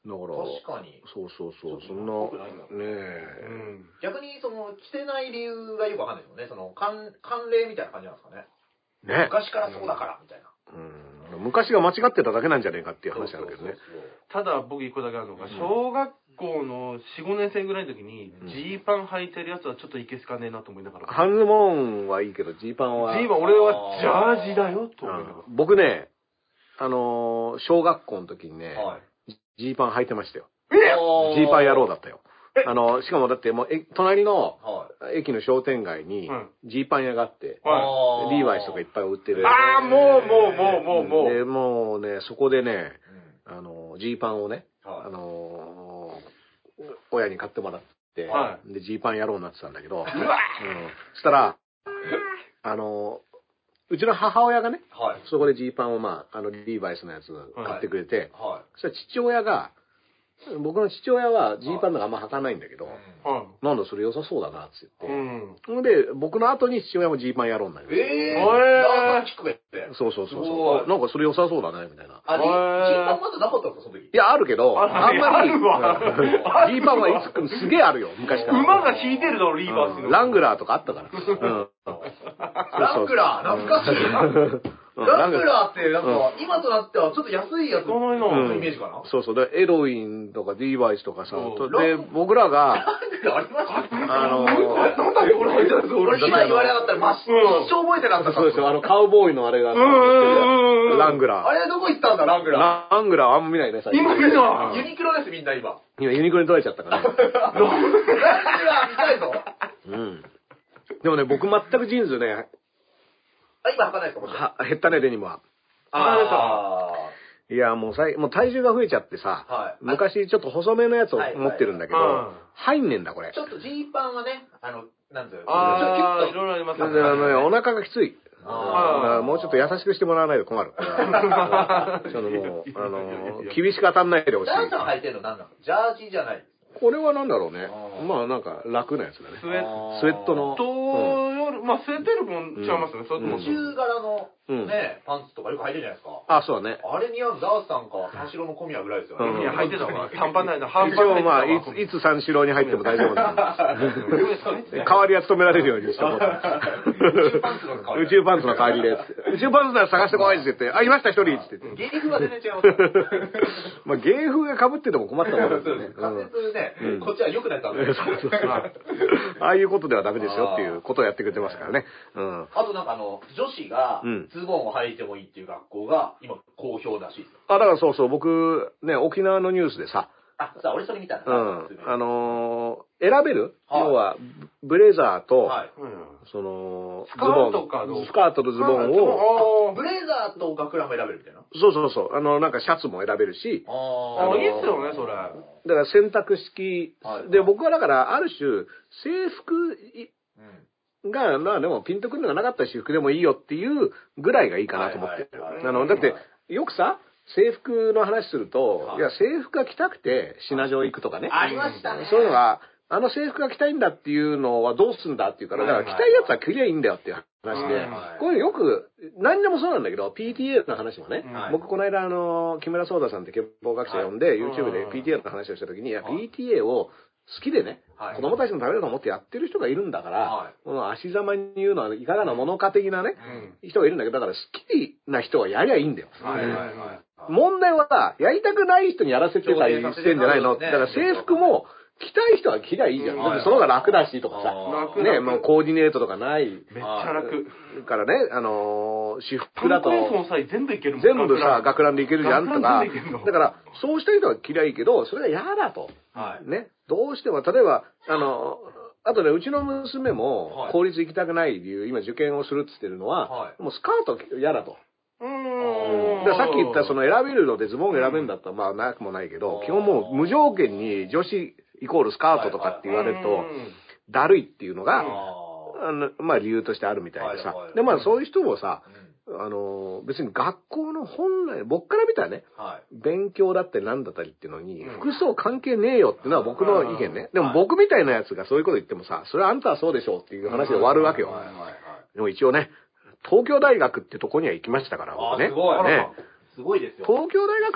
だから、 確かに。 そうそうそう、そんな、ねえ。 逆に、その、着てない理由がよくわかんないですもんね。その、慣例みたいな感じなんですかね。ね。昔からそうだから、みたいな。 うん。昔が間違ってただけなんじゃねえかっていう話あるけどね。 ただ、僕一個だけあるのが、小学校のよん、ごねん生ぐらいの時に、ジーパン履いてるやつはちょっといけすかねえなと思いながら。 半ズボンはいいけど、ジーパンは。 ジーパン、俺はジャージだよ、と思いながら。 僕ね、あの、小学校の時にね、ジーパン履いてましたよ。ジーパン野郎だったよ。あの、しかもだってもう、え、隣の駅の商店街にジーパン屋があって、リーバイスとかいっぱい売ってる。 ああ、もうもうもうもうもう。 で、もうね、そこでね、あの、ジーパンをね、あの、親に買ってもらって、で、ジーパン野郎になってたんだけど、うん。そしたら、あの、うちの母親がね、そこでジーパンをまあ、あの、リーバイスのやつ買ってくれて、そしたら父親が、僕の父親はジーパンとかあんま履かないんだけど、なんだそれ良さそうだなって言って。で、僕の後に父親もジーパンやろうになりました。 えぇー、聞くべって。 そうそうそうそう。なんかそれ良さそうだね、みたいな。 あ、ジーパンまだなかったんですか、その時。 いや、あるけど、あんまり、ジーパンはいつくすげえあるよ、昔から。 馬が引いてるの、リーバースの。 ラングラーとかあったから。 ラングラー、懐かしい。ラングラーって、なんか、今となってはちょっと安いやつのイメージかな。 そうそう。で、エロインとかディーバイスとかさ、で、僕らが、 ラングラーありましたあの、 なんだっけ、俺入ってたんですよ。俺今言われなかったら、一生覚えてなかった。 そうですよ、あの、カウボーイのあれが、ラングラー。 あれどこ行ったんだ、ラングラー。ラングラーあんま見ないね、最近。 今見たユニクロです、みんな今。 今、ユニクロに取られちゃったからね。 ラングラー見たいぞ。 うん。でもね、僕全くジーンズね、 あ、今履かないですか、もちろん。 は、減ったね、デニムは。 ああ。 いや、もうさい、もう体重が増えちゃってさ、はい、昔ちょっと細めのやつを持ってるんだけど、はいはいはい、入んねんだ、これ。 ちょっとジーパンはね、あの、なんていうの、 ああ、いろいろありますね。あの、お腹がきつい。あもうちょっと優しくしてもらわないと困る。そのもう、あの、厳しく当たんないでほしい。 ジャージさん履いてるの何なの？ジャージじゃない。 これはなんだろうね。まあなんか楽なやつだね。 スウェット。 スウェットの。 と、夜、まあスウェットよりも違いますね。それとも。 中柄のね、パンツとかよく履いてるじゃないですか。 あ、そうだね。 あれ似合うダースさんか三四郎の小宮ぐらいですよね。 いや、履いてたわ。短パンないな。半パンないな。一応まあ、いつ、いつ三四郎に入っても大丈夫なんで。代わりは務められるようにしてもらう。宇宙パンツの代わり。宇宙パンツの代わりで。宇宙パンツなら探してこいって言って、あ、いました一人って言って。 芸風は全然違います。 まあ芸風が被ってても困ったもんですよね。 仮説ね、こっちは良くないとダメです。 ああいうことではダメですよっていうことをやってくれてますからね。 うん。あとなんかあの、女子がズボンを履いてもいいっていう学校が今好評らしいですよ。 あ、だからそうそう、僕、ね、沖縄のニュースでさ、 あ、さあ、俺それ見たんだ。 うん。あのー、選べる、はい、要は、ブレザーと、はい、その、 ズボン、スカートスカートとズボンを、 ブレザーと学ランも選べるみたいな。 そうそうそう。あの、なんかシャツも選べるし、 ああ、いいっすよね、それ。だから選択式、はい、で、僕はだから、ある種、制服が、まあでもピンとくるのがなかった私服でもいいよっていうぐらいがいいかなと思ってる。あの、だって、よくさ、制服の話すると、いや、制服が着たくて品状行くとかね。 ありましたね。 そういうのが、あの制服が着たいんだっていうのはどうすんだっていうから、だから着たいやつは着りゃいいんだよっていう話で、こういうのよく、何でもそうなんだけど、ピーティーエー の話もね、僕この間あの、木村壮太さんって憲法学者呼んで、YouTube で ピーティーエー の話をした時に、いや、ピーティーエー を好きでね、子供たちのためだと思ってやってる人がいるんだから、この足ざまに言うのはいかがなものか的なね、人がいるんだけど、だから好きな人はやりゃいいんだよ。問題はさ、やりたくない人にやらせてたりしてんじゃないの？だから制服も、着たい人は着りゃいいじゃん。だってその方が楽だしとかさ。ね、もうコーディネートとかない。めっちゃ楽。 からね、あのー、私服だと。 全部いけるもん。 全部さ、学ランでいけるじゃんとか。だから、そうした人は着りゃいいけど、それが嫌だと。ね。どうしても、例えば、あの、あとね、うちの娘も、公立行きたくない理由、今受験をするって言ってるのは、もうスカート嫌だと。 うーん。 でさっき言ったその選べるのでズボン選べるんだったらまあなくもないけど、基本もう無条件に女子イコールスカートとかって言われると、だるいっていうのが、あのまあ理由としてあるみたいでさ。でまあそういう人もさ、あの、別に学校の本来、僕から見たらね、勉強だったりなんだったりっていうのに、服装関係ねえよっていうのは僕の意見ね。でも僕みたいなやつがそういうこと言ってもさ、それはあんたはそうでしょうっていう話で終わるわけよ。でも一応ね、東京大学ってとこには行きましたから、僕ね。 すごい。 ね。 すごいですよ。 東京大学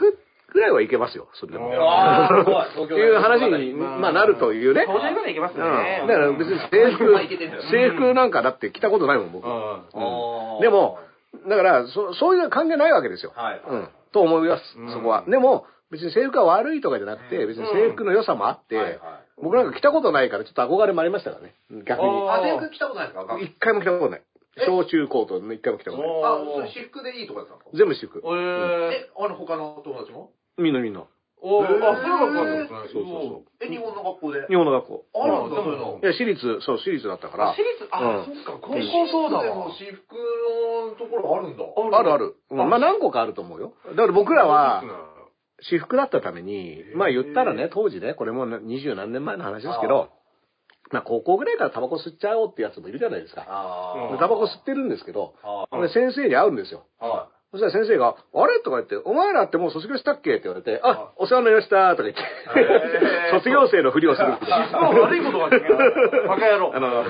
ぐらいはいけますよ、それでも。っていう話に、まあなるというね。 当然ぐらいいけますね。 だから別に制服、制服なんかだって着たことないもん、僕。でも、だから、そ、そういうのは関係ないわけですよ。うん。と思います、そこは。でも、別に制服が悪いとかじゃなくて、別に制服の良さもあって、僕なんか着たことないからちょっと憧れもありましたからね。逆に。 あ、制服着たことないですか？ 一回も着たことない。小中高と一回も着たことない。 あ、それ私服でいいとかですか？ 全部私服。 え、あの他の友達も？ みんなみんな。 おー、あ、そうなんですね。 そうそうそう。 え、日本の学校で？ 日本の学校。 あるんだ、そういうの。 いや、私立、そう、私立だったから。 私立、あ、そっか、高校そうだわ。 でも私服のところあるんだ。 あるある。まあ何個かあると思うよ。だから僕らは、私服だったために、まあ言ったらね、当時ね、これも二十何年前の話ですけど、まあ高校ぐらいからタバコ吸っちゃおうってやつもいるじゃないですか。タバコ吸ってるんですけど、先生に会うんですよ。そしたら先生が、あれとか言って、お前らってもう卒業したっけって言われて、あ、お世話になりましたとか言って、卒業生のふりをするっていう。 悪いことが聞く。バカ野郎。 あの、うん、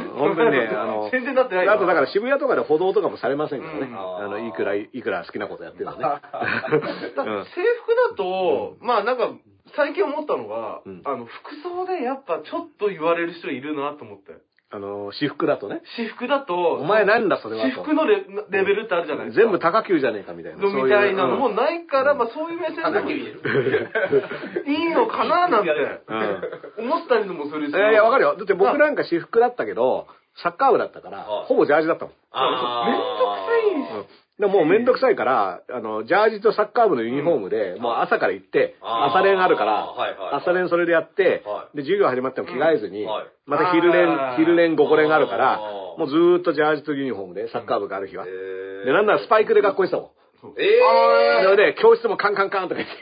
本当にね、あの、 宣伝になってない。 あとだから渋谷とかで歩道とかもされませんからね。あの、いくら、いくら好きなことやってるのね。 制服だと、まあなんか、最近思ったのが、あの、服装でやっぱちょっと言われる人いるなと思って。 あの、私服だとね。 私服だと、 お前なんだそれはと。私服のレレベルってあるじゃないですか。 全部高級じゃねえかみたいな。 みたいなのもないから、まあそういう目線でもいいいのかななんて思ったりもするし。 いやいや、わかるよ。だって僕なんか私服だったけど、サッカー部だったから、ほぼジャージだったもん。 めんどくさいんですよ。 でもうめんどくさいから、あの、ジャージとサッカー部のユニフォームで、もう朝から行って、朝練あるから、朝練それでやって、で、授業始まっても着替えずに、また昼練、昼練ごこ練があるから、もうずーっとジャージとユニフォームで、サッカー部がある日は。で、なんならスパイクで学校行ってたもん。 ええー。それで、教室もカンカンカンとか言って、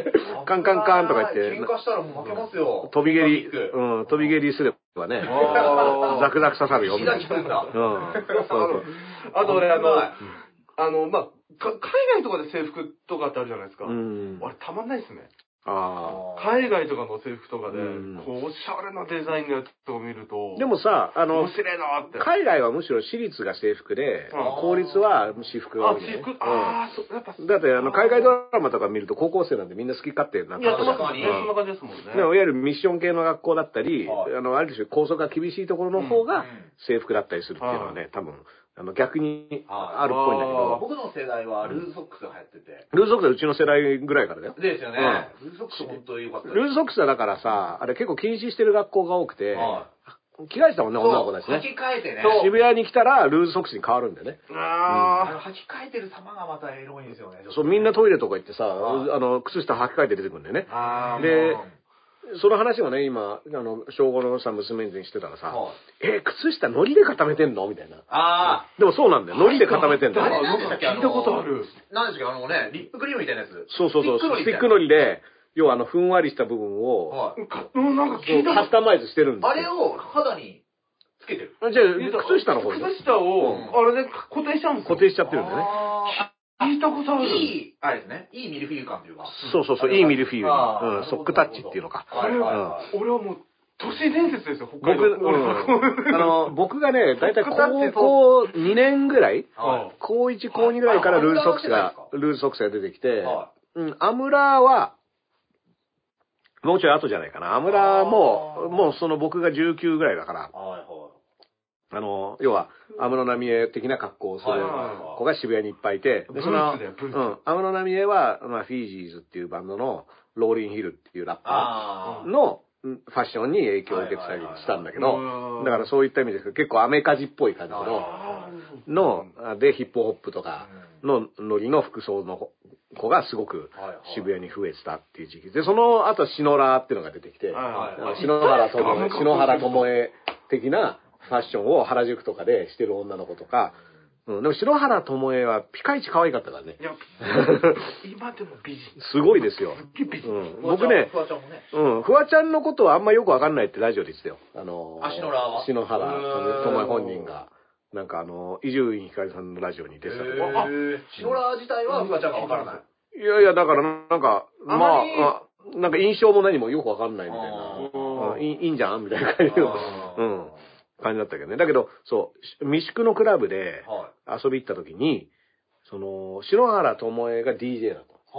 カンカンカンとか言って。 喧嘩したらもう負けますよ。 飛び蹴り、うん、飛び蹴りすればね、ザクザク刺さるよ。 火が効くんだ。 うん。 あと俺、あの、あの、まあ、海外とかで制服とかってあるじゃないですか。あれたまんないですね。 あ海外とかの制服とかで、こう、おしゃれなデザインのやつを見ると。 でもさ、あの、 面白いなって。 海外はむしろ私立が制服で、公立は私服が多い、ね。 あ、私服ああ、そう、やっぱ。 だって、あの、海外ドラマとか見ると高校生なんでみんな好き勝手な。 いや、確かに。そんな感じですもんね。 でも、いわゆるミッション系の学校だったり、あの、ある種校則が厳しいところの方が制服だったりするっていうのはね、多分。あの、逆にあるっぽいんだけど。 僕の世代はルーズソックスが流行ってて。 ルーズソックスはうちの世代ぐらいからだよ。 ですよね。ルーズソックス本当に良かった。 ルーズソックスはだからさ、あれ結構禁止してる学校が多くて、着替えてたもんね、女の子たちね。 履き替えてね。 渋谷に来たらルーズソックスに変わるんだよね。 ああ。履き替えてる様がまたエロいんですよね。 そう、みんなトイレとか行ってさ、あの、靴下履き替えて出てくるんだよね。で、その話をね、今、あの、小五のさ、娘にしてたらさ、え、靴下海苔で固めてんのみたいな。 ああ。 でもそうなんだよ。海苔で固めてんだよ。 聞いたことある。 何でしたっけ、あのね、リップクリームみたいなやつ。 そうそうそう、スティック海苔で、要はあの、ふんわりした部分を、 なんか聞いたカスタマイズしてるんですよ。 あれを肌につけてる。 じゃあ、靴下の方で。 靴下を、あれで固定しちゃうんですよ。固定しちゃってるんだよね。 聞いたことある。 いい、あれですね。いいミルフィーユ感というか。 そうそうそう、いいミルフィーユに。うん、ソックタッチっていうのか。 あれは、俺はもう、都市伝説ですよ、北海道。 僕、あの、僕がね、だいたい高校にねんぐらい、高いち、高にぐらいからルーズソックスが、ルーズソックスが出てきて、うん、アムラーは、もうちょい後じゃないかな。アムラーも、もうその僕がじゅうきゅうぐらいだから、あの、要は、安室奈美恵的な格好をする子が渋谷にいっぱいいて、で、その、うん、安室奈美恵は、まあ、フィージーズっていうバンドの、ローリンヒルっていうラッパーのファッションに影響を受けてたりしたんだけど、だからそういった意味ですけど、結構アメカジっぽい感じの、の、で、ヒップホップとかのノリの服装の子がすごく渋谷に増えてたっていう時期で、その後、シノラーっていうのが出てきて、篠原ともえ、篠原ともえ的な、ファッションを原宿とかでしてる女の子とか、うん、でも篠原ともえはピカイチ可愛かったからね。 いや、今でも美人。 すごいですよ。うん、僕ね、フワちゃんもね。うん、フワちゃんのことはあんまよくわかんないってラジオで言ってたよ。あのー、 あ、篠原は篠原ともえ本人が、なんかあの、伊集院光さんのラジオに出てたけど。 あ、篠原自体はフワちゃんがわからない。 いやいや、だからなんか、まあ、あなんか印象も何もよくわかんないみたいな。いいいんじゃんみたいな感じの。うん。感じだったけどね。だけど、そう、三宿のクラブで遊び行った時に、その、篠原ともえが ディージェー だと。 は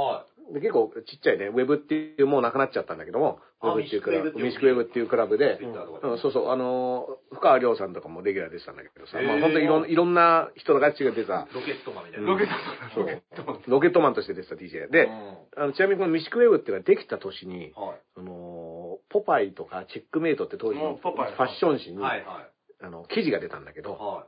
で結構ちっちゃいね、ウェブっていう、もうなくなっちゃったんだけども、ウェブっていうクラブ、ミシクウェブっていうクラブで、うん、そうそう、あの、深川亮さんとかもレギュラーでしたんだけどさ、まあ本当にいろんいろんな人たちが出た。 ロケットマンみたいな。 ロケットマン。 そう。ロケットマンとして出てた ディージェー。で、あのちなみにこのミシクウェブっていうのができた年に、はい、あの、ポパイとかチェックメイトって当時のファッション誌に、はいはい、あの、記事が出たんだけど、はい、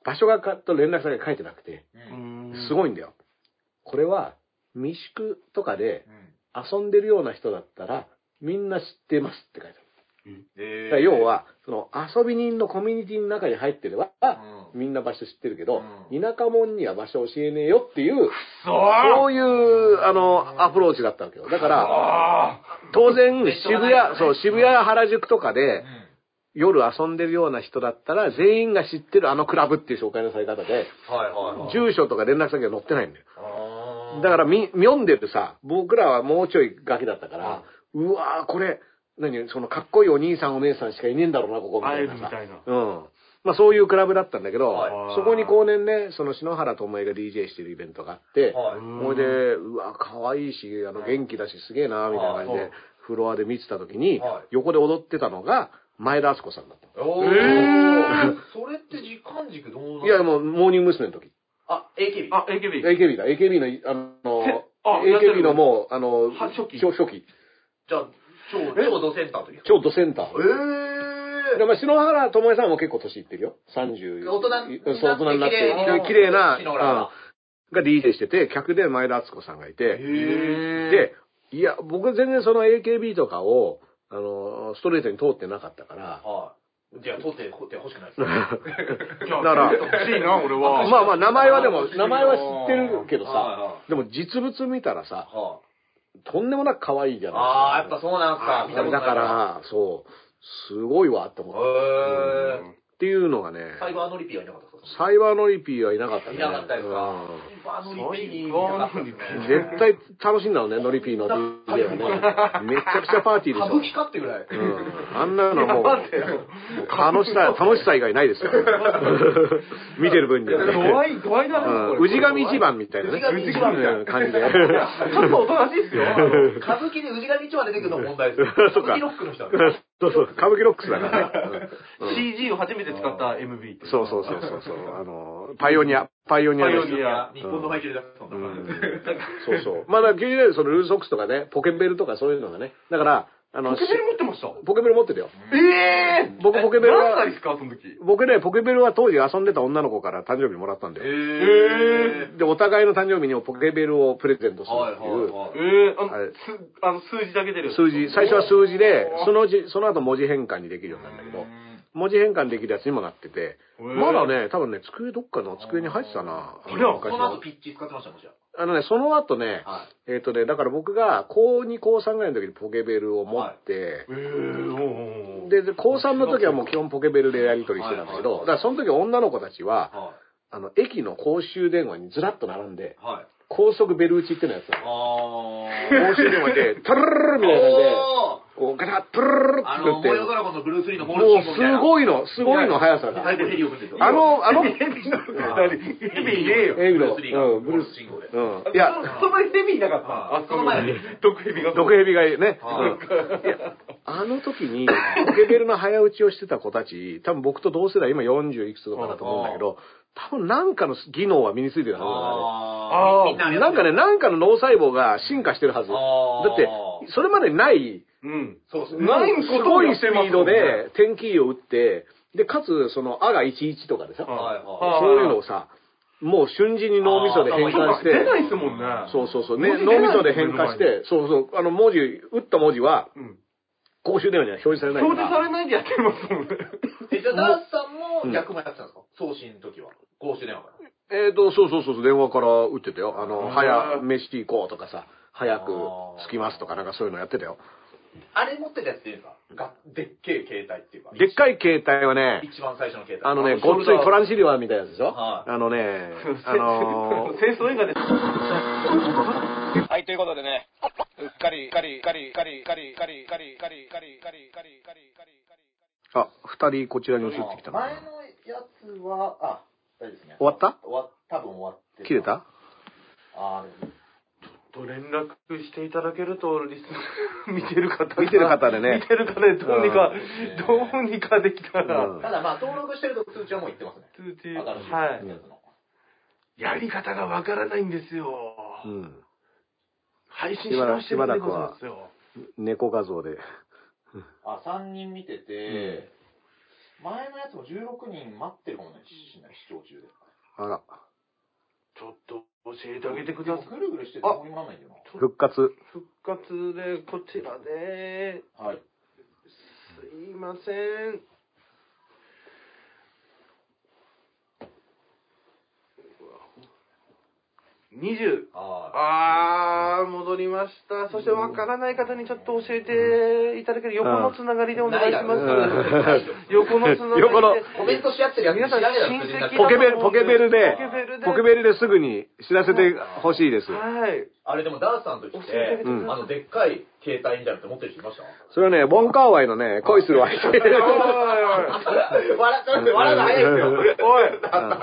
場所がと連絡先が書いてなくて、すごいんだよ。これは、ミシクとかで遊んでるような人だったら、みんな知ってますって書いてある。うん、だ要は、その遊び人のコミュニティの中に入ってれば、うん、みんな場所知ってるけど、うん、田舎者には場所教えねえよっていう、そういう、あの、アプローチだったわけよ。だから、当然、渋谷、そう、渋谷原宿とかで、夜遊んでるような人だったら、全員が知ってるあのクラブっていう紹介のされ方で、住所とか連絡先が載ってないんだよ。だからみ、読んでるさ、僕らはもうちょいガキだったから、うん、うわーこれ、何、そのかっこいいお兄さんお姉さんしかいねえんだろうな、ここみたいなさ。みたいな。うん。まあそういうクラブだったんだけど、はい、そこに後年ね、その篠原智恵が ディージェー してるイベントがあって、はい、それで、うわ、可愛いし、あの、元気だしすげえな、みたいな感じで、フロアで見てた時に、はい、横で踊ってたのが、前田敦子さんだった。 おー。えー、それって時間軸どうなの？ いや、もう、モーニング娘。の時。 あ、エーケービー。 あ、エーケービー。 エーケービー だ。エーケービー の、あの、エーケービー のもう、あの、 初期。 初期。 じゃあ、超、超ドセンターの時。 超ドセンター。 えー。 でまあ、篠原智恵さんも結構年いってるよ。さんじゅう。 大人そう、大人になって、綺麗な、うん、が ディージェー してて、客で前田敦子さんがいて、で、いや、僕全然その エーケービー とかを、あの、ストレートに通ってなかったから、 はい。じゃあ、取って、取って欲しくないですね。 だから、 欲しいな、俺は。 まあまあ、名前はでも、名前は知ってるけどさ、でも実物見たらさ、とんでもなく可愛いじゃないですか。 ああ、やっぱそうなんすか。見たことない。 だから、そう、すごいわって思った。っていうのがね。 サイバーノリピーはいなかったですか？ サイバーノリピーはいなかったね。 いなかったですか？サイバーノリピー。 絶対楽しいんだろうね、ノリピーの ディージェー はね。めちゃくちゃパーティーでしょ。 歌舞伎かってぐらい。 うん。あんなのもう、楽しさ、楽しさ以外ないですよ。見てる分には。 怖い、怖いだね。 宇治神一番みたいなね。 宇治神一番みたいな感じで。 ちょっとおとなしいっすよ。 歌舞伎で宇治神一番出てくるの問題ですよ。歌舞伎ロックの人そうそう、歌舞伎ロックスだからね。 シージー を初めて使った エムブイ。 そうそうそうそうそう。あの、パイオニア、パイオニアです。 パイオニア。日本のマイケル・ジャクソンだから。 そうそう。まあだから、そのルーズソックスとかね、ポケベルとかそういうのがね。だから、あの、 ポケベル持ってました？ ポケベル持ってるよ。 ええー、 僕ポケベルは、 何歳ですか、その時。 僕ね、ポケベルは当時遊んでた女の子から誕生日もらったんだよ。 えー、で、お互いの誕生日にポケベルをプレゼントするっていう。 えー、あの、あの数字だけ出る。 数字。最初は数字で、そのうち、その後文字変換にできるようになるんだけど、文字変換できるやつにもなってて、まだね、多分ね、机、どっかの机に入ってたな。 それは、その後ピッチ使ってましたもん、じゃあのね、その後ね、はい、えっとね、だから僕が高に、高さんぐらいの時にポケベルを持って、はい、で、で高さんの時はもう基本ポケベルでやり取りしてたんだけど、だからその時女の子たちは、はい、あの、駅の公衆電話にずらっと並んで、はい、高速ベル打ちってのやつだ。公衆電話で、トゥルルルみたいな感じで、こう、ガタッ、トゥルルルって。 あの、モヨドラゴンのブルース・リーのモールシンゴみたいな。もう、すごいの、すごいの速さが。 最後ヘリを踏んでる。 あの、あの、 ヘビの、ヘビいねえよ。 ヘビの、 うん、ブルース・シンゴで。 うん。いや、 その前ヘビいなかった。あ、 その前に。 毒ヘビが。 毒ヘビがね。いや、あの時に、ポケベルの早打ちをしてた子たち、多分僕と同世代、今よんじゅういくつとかだと思うんだけど、多分なんかの技能は身についてるはずだね。ああ。なんかね、なんかの脳細胞が進化してるはず。だって、それまでない、 うん。 そうですね。ないすごいスピードで点キーを打って、で、かつ、その、あがいちいちとかでさ、そういうのをさ、もう瞬時に脳みそで変換して。 出ないっすもんね。 そうそうそう。ね、脳みそで変換して、そうそう、あの文字、打った文字は、公衆電話には表示されないから。 表示されないでやってますもんね。 え、じゃあ、ダースさんも役もやってたんですか？送信の時は。公衆電話から。 えっと、そうそうそう、電話から打ってたよ。あの、早、飯行こうとかさ、早く着きますとかなんかそういうのやってたよ。 あれ持ってたやつっていうんですか？でっけえ携帯っていうか。 でっかい携帯はね、 一番最初の携帯。 あのね、ごっついトランシリバーみたいなやつでしょ？はい。あのね、あのー、戦争映画です。 はい、ということでね、うっかり、かり、かり、かり、かり、かり、かり、かり、かり、かり、かり、かり、かり、かり、 あ、二人こちらに移ってきたな。 前のやつは、あ、大丈夫ですね。 終わった？ 終わ、多分終わって。 切れた？ あと連絡していただけると、リス見てる方見てる方でね。 見てる方でどうにか、どうにかできたら。 ただまあ、登録してると通知はもういってますね。 通知。はい。やり方がわからないんですよ。うん。配信し直してるんでございますよ。 猫画像で。 あ、さんにん見てて、前のやつもじゅうろくにん待ってるかもしれない、視聴中で。 あら。 ちょっと教えてあげてください。 ぐるぐるしててどうにもなんないけどな。 復活。 復活で、こちらで。 はい。 すいません。にじゅう。ああ、戻りました。そしてわからない方にちょっと教えていただける横のつながりでお願いします。横のつながりで。 横のコメントし合ってるやつ皆さん親戚ポケベル、ポケベルで、ポケベルですぐに知らせてほしいです。 はい。 あれでもダースさんと来て、あのでっかい携帯みたいなのって持ってる人いました？ それはね、ボンカーワイのね、恋する相手。おいおいおい。 笑って笑うの早いですよ。 おい。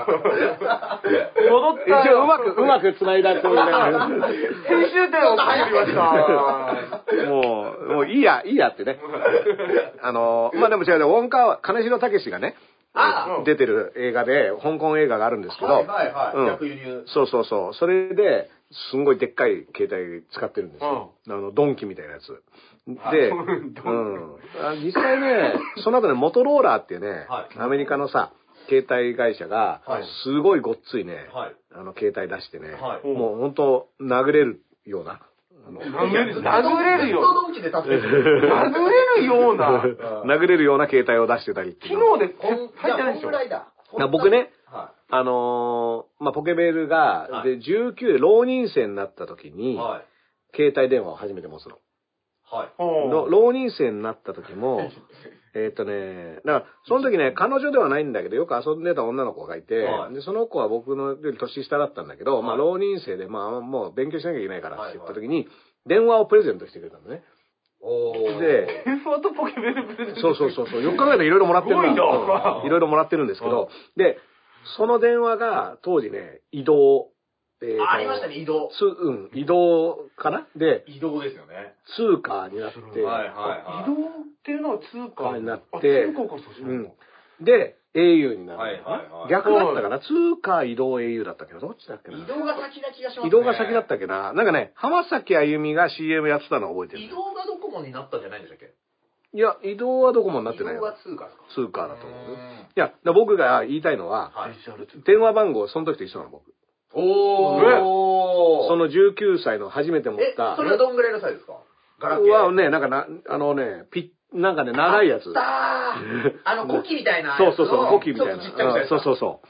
戻った。 一応うまく、うまく繋いだってことで。 編集点を作りました。 もう、もういいや、いいやってね。あの、まあでも違うね、ウォンカーワイ、金城武がね、出てる映画で、香港映画があるんですけど、 はいはいはい。逆輸入。 そうそうそう。それで、すんごいでっかい携帯使ってるんですよ。あの、ドンキみたいなやつ。で、うん。実際ね、その後ね、モトローラーっていうね、アメリカのさ、携帯会社が、すごいごっついね、あの、携帯出してね、もう本当殴れるような。 殴れる、殴れるような。 ドンキで助ける。 殴れるような。 殴れるような携帯を出してたりっていう。 昨日で入ってないでしょ。 僕ね、あのー、まあ、ポケベルが、はい、で、じゅうきゅうで浪人生になった時に、はい、携帯電話を初めて持つの。はい。浪人生になった時も、えっとね、だから、その時ね、彼女ではないんだけど、よく遊んでた女の子がいて、はい、で、その子は僕のより年下だったんだけど、はい、まあ、浪人生で、まあ、もう勉強しなきゃいけないからって言った時に、電話をプレゼントしてくれたのね。 おで、 電話とポケベルプレゼントそうそうそうそう、よく考えたらいろいろもらってるんだ。いろいろもらってるんですけど、で、その電話が当時ね、移動。 えー、ありましたね、移動。 つ、うん、移動かなで、 移動ですよね。 通貨になって。 はいはいはい。 移動っていうのは通貨になって。 通貨か、そうしうん。で、エーユー になる。はいはいはい。逆だったかな、通貨移動 エーユー だったっけど、どっちだっけな。 移動が先な気がしますね。 移動が先だったっけな。なんかね、浜崎あゆみが シーエム やってたのを覚えてる。 移動がドコモになったんじゃないんでしたっけ？ いや、移動はドコモになってないよ。 移動は通貨ですか？ 通貨だと思う。いや、僕が言いたいのは、はい、電話番号、その時と一緒なの、僕。 おー。 そのじゅうきゅうさいの初めて持った。 え、それはどんぐらいのサイズですか？ガラケー。 はね、なんかな、あのね、ピッ、なんかね、長いやつ。 あったー。あの、コキみたいな。 そうそうそう、コキみたいな。そうそうそう。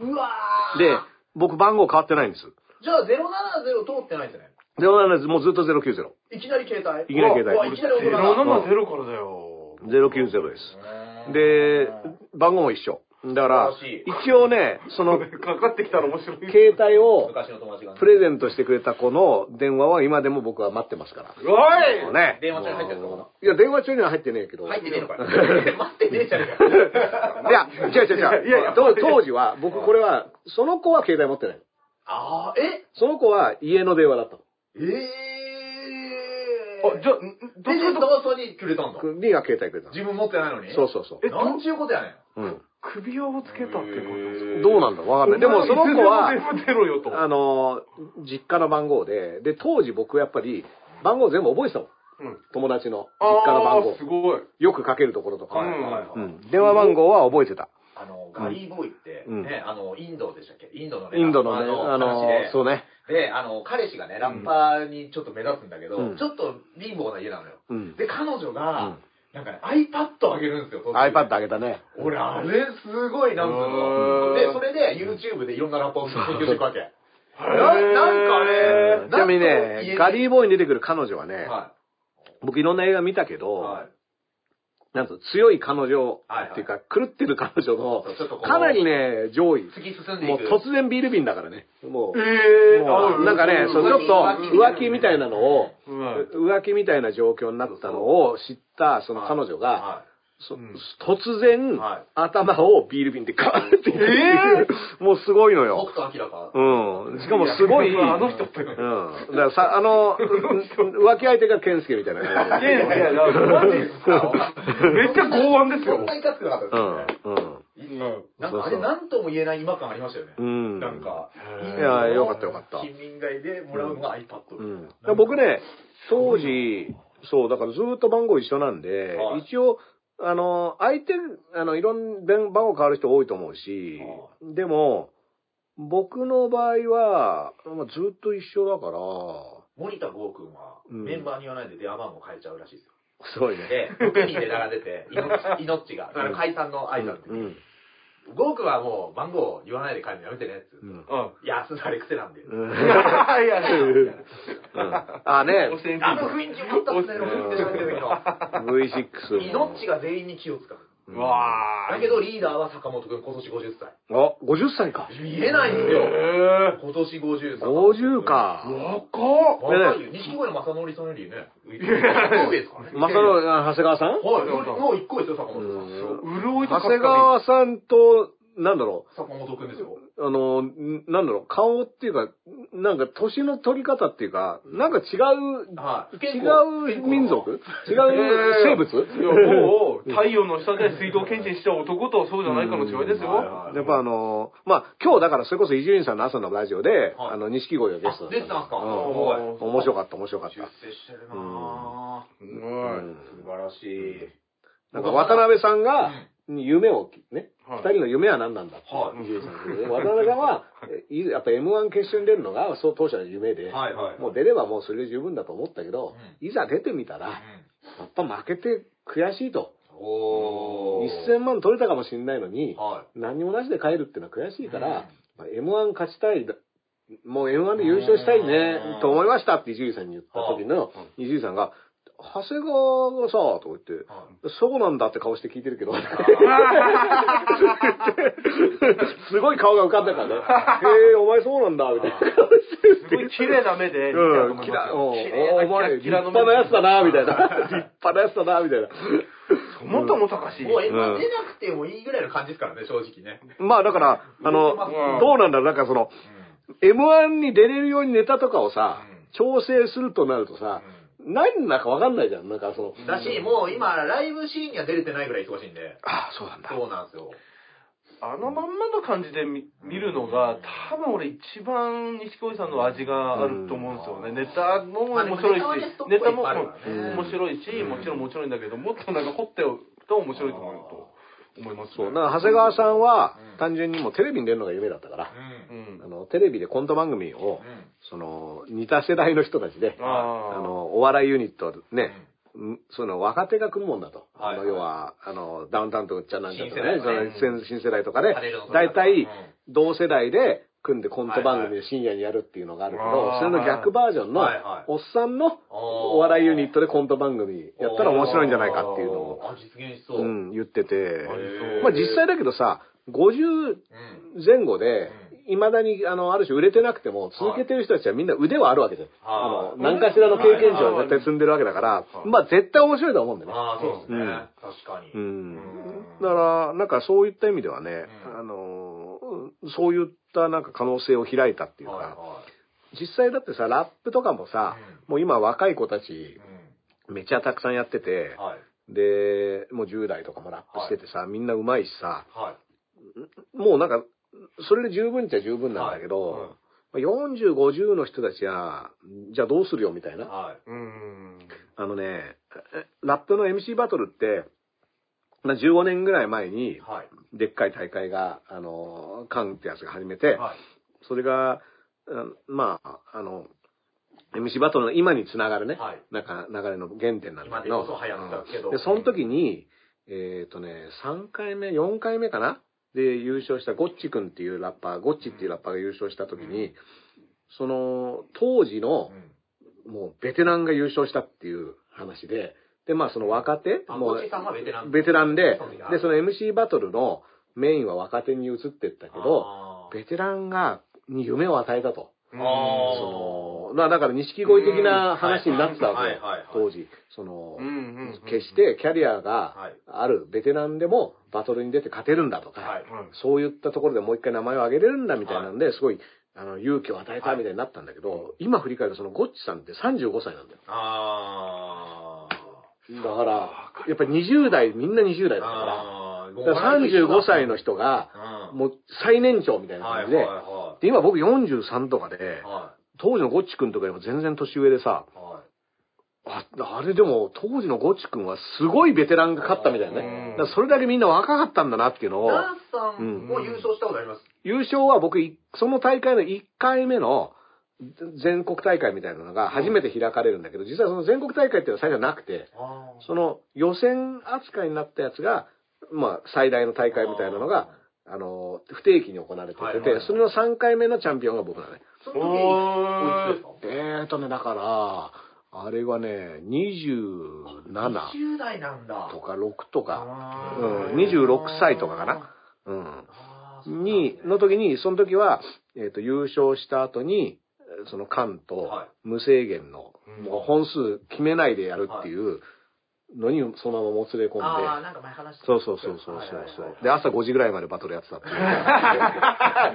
うわー。 で、僕番号変わってないんです。 じゃあゼロななゼロ通ってないんですね。 ゼロななゼロ、もうずっとゼロきゅうゼロ。 いきなり携帯いきなり携帯。 いきなり大人だ。 ゼロななゼロからだよ。 ゼロきゅうゼロです。で、番号も一緒。だから、一応ね、その、 かかってきたら面白い。 携帯を、プレゼントしてくれた子の電話は今でも僕は待ってますから。 おいね。 電話中に入ってるのかないや、電話中には入ってねえけど。 入ってねえのかよ。待ってねえじゃねえか。 いや、違う違う違う。いやいや、当時は、僕これは、その子は携帯持ってない。 ああ、えその子は家の電話だったの。 ええあ、じゃあ、 どういうことにくれたんだ？ B が携帯くれた。 自分持ってないのに？ そうそうそう。 え、なんちゅうことやねん。うん。 首輪をつけたってことですか？ どうなんだわかんない。でもその子は、 出ろよと。 あの、実家の番号で、で、当時僕やっぱり、番号全部覚えてたもん。うん、友達の実家の番号。 すごい。 よくかけるところとか。はいはいはい。うん。電話番号は覚えてた。 あの、ガリーボーイって、ね、あの、インドでしたっけ？インドのね。 インドのね、あの、そうね。 で、あの、彼氏がね、ラッパーにちょっと目立つんだけど、ちょっと貧乏な家なのよ。で、彼女が、なんかね、iPad あげるんですよ。 iPad あげたね。 俺、あれ、すごい、なんつうの。で、それで YouTube でいろんなラッパーを研究していくわけ。な、なんかね、 ちなみにね、ガリーボーイに出てくる彼女はね、僕いろんな映画見たけど、なんと強い彼女っていうか、狂ってる彼女の、かなりね、上位。 突き進んでもう突然ビール瓶だからね。もう、 えー、なんかね、そうちょっと浮気みたいなのを、浮気みたいな状況になったのを知ったその彼女が、 突然、はい、頭をビール瓶でガーって言って、えー、もうすごいのよ。 北斗晶か。 うん。しかもすごい。 あの人って。うん。 だからさ、あの、浮気相手が健介みたいな感じ。 健介だ、マジですか。めっちゃ剛腕ですよ。 そんなにかつくなかったですね。うん。うん。なんかあれなんとも言えない違和感ありましたよね。うん。なんか。 いや、よかったよかった。 近隣街でもらうのが iPad。 うん。僕ね、当時、そう、だからずっと番号一緒なんで、一応、あの、相手、あの、いろんな番号変わる人多いと思うし、でも、僕の場合は、まあ、ずっと一緒だから、 森田剛君は、メンバーに言わないで電話番号変えちゃうらしいですよ。 すごいね。 で、ろくにんで並んでて、いのっちが、解散の挨拶に、ゴークはもう番号言わないで帰るのやめてねって言うと、うん、いや、すなれ癖なんで。いや、 あ、ね。 あの雰囲気もあったんですね、ろくにんで喋ってる時の。 ブイシックス。 イノッチが全員に気を使う。うわだけどリーダーは坂本くん今年ごじゅっさい。 あ、ごじゅっさいか。 見えないんですよ。今年ごじゅう。 ごじゅうか。 若っ。若いよ。錦鯉の正則さんよりね。一個上ですからね。 正則、長谷川さん？ はい。もう一個ですよ、坂本さん。 潤いと長谷川さんと、なんだろう。坂本くんですよ。 あの、なんだろう、顔っていうか、なんか年の取り方っていうか、なんか違う、はい、違う民族違う生物、 いや、もう、太陽の下で水道検診しちゃう男とそうじゃないかの違いですよ。 やっぱあの、まあ、今日だからそれこそ伊集院さんの朝のラジオで、はい、あの、錦鯉がゲストだった。 出てたんすか？うん。 面白かった、面白かった。 出世してるなぁ。すごい。素晴らしい。 なんか渡辺さんが、夢をね、二、はい、人の夢は何なんだって。はい。渡辺さんは、やっぱ エムワン 決勝に出るのが、そう当初の夢で、はいはいはい、もう出ればもうそれで十分だと思ったけど、うん、いざ出てみたら、うん、やっぱ負けて悔しいと。おせんまん取れたかもしれないのに、はい、何もなしで帰るっていうのは悔しいから、うん、エムワン 勝ちたい、もう エムワン で優勝したいね、と思いましたって伊集院さんに言った時の、伊集院さんが、長谷川がさ、とか言って、はい、そうなんだって顔して聞いてるけど、すごい顔が浮かんでたね。へえ、お前そうなんだ、みたいな顔してる。 すごい綺麗な目で、 うん、綺麗、お前立派なやつだな、みたいな。立派なやつだな、みたいな。 もっともたかしい。 もう エムワン 出なくてもいいぐらいの感じですからね、正直ね。 まあだから、あの、どうなんだろう、なんかその、エムワン に出れるようにネタとかをさ、調整するとなるとさ、何だかわかんないじゃん。なんかその。 だし、もう今、ライブシーンには出れてないぐらい忙しいんで。 ああ、そうなんだ。 そうなんですよ。 あのまんまの感じで 見, 見るのが、多分俺一番錦鯉さんの味があると思うんですよね。ネタも面白いし、ネタも面白いし、もちろん面白いんだけど、もっとなんか掘っておくと面白いと思うと。思いますね。 そう。長谷川さんは、単純にもうテレビに出るのが夢だったから、うん、あの、テレビでコント番組を、うん、その、似た世代の人たちで、あの、お笑いユニットね、うん、その若手が来るもんだと。はい、あの、要は、あの、ダウンタウンとかちゃなんちゃとかね、新世代とかで、だいたい同世代で、組んでコント番組で深夜にやるっていうのがあるけど、はいはい、それの逆バージョンの、おっさんのお笑いユニットでコント番組やったら面白いんじゃないかっていうのを、うん、言ってて、まあ実際だけどさ、ごじゅう前後で、未だに、あの、ある種売れてなくても、続けてる人たちはみんな腕はあるわけじゃん。あの、何かしらの経験値を絶対積んでるわけだから、まあ絶対面白いと思うんだよね。 ああ、そうですね。うん、確かに。 うん。だから、なんかそういった意味ではね、あの、そういったなんか可能性を開いたっていうか、はいはい、実際だってさ、ラップとかもさ、うん、もう今若い子たち、うん、めちゃたくさんやってて、はい、で、もうじゅう代とかもラップしててさ、はい、みんな上手いしさ、はい、もうなんか、それで十分っちゃ十分なんだけど、はいうん、よんじゅう、ごじゅうの人たちは、じゃあどうするよみたいな。はい、うんあのね、ラップの エムシー バトルって、まあ、じゅうごねんぐらい前に、でっかい大会が、あの、カンってやつが始めて、はい、それが、まあ、あの、エムシー バトルの今につながるね、はい、なんか流れの原点なんだけど、で、その時に、えっとね、さんかいめ、よんかいめかなで優勝したゴッチ君っていうラッパー、ゴッチっていうラッパーが優勝した時に、その、当時の、もうベテランが優勝したっていう話で、で、まあその若手もうベテランベテランで、で、その エムシー バトルのメインは若手に移ってったけど、ベテランが、に夢を与えたと。 その、まあだから錦鯉的な話になってたわけよ、当時。その、決してキャリアがあるベテランでもバトルに出て勝てるんだとか、そういったところでもう一回名前を挙げれるんだみたいなんで、すごい、あの、勇気を与えたみたいになったんだけど、今振り返るとそのゴッチさんってさんじゅうごさいなんだよ。あー。だから、やっぱりにじゅう代、みんなにじゅう代だから、だからさんじゅうごさいの人が、もう最年長みたいな感じで、で、今僕よんじゅうさんとかで、当時のゴッチ君とかよりも全然年上でさ、あ, あれでも当時のゴッチ君はすごいベテランが勝ったみたいなね。だからそれだけみんな若かったんだなっていうのを。 ダースさんも優勝したことあります、 うん、優勝は僕、その大会のいっかいめの全国大会みたいなのが初めて開かれるんだけど、実はその全国大会っていうのは最初はなくて、その予選扱いになったやつが、まあ最大の大会みたいなのが、あの、不定期に行われてて、はいはいはい、それのさんかいめのチャンピオンが僕だね。 その時、おいくつですか？ えーとね、だから、あれはね、にじゅうなな。 にじゅう代なんだ。 とかろくとか、うん、にじゅうろくさいとかかな。うん。に、の時に、その時は、えっと、優勝した後に、その関と無制限の、もう本数決めないでやるっていうのに、そのままもつれ込んで。 ああ、なんか前話した。 そうそうそうそうそう。で、朝ごじぐらいまでバトルやってたっていう。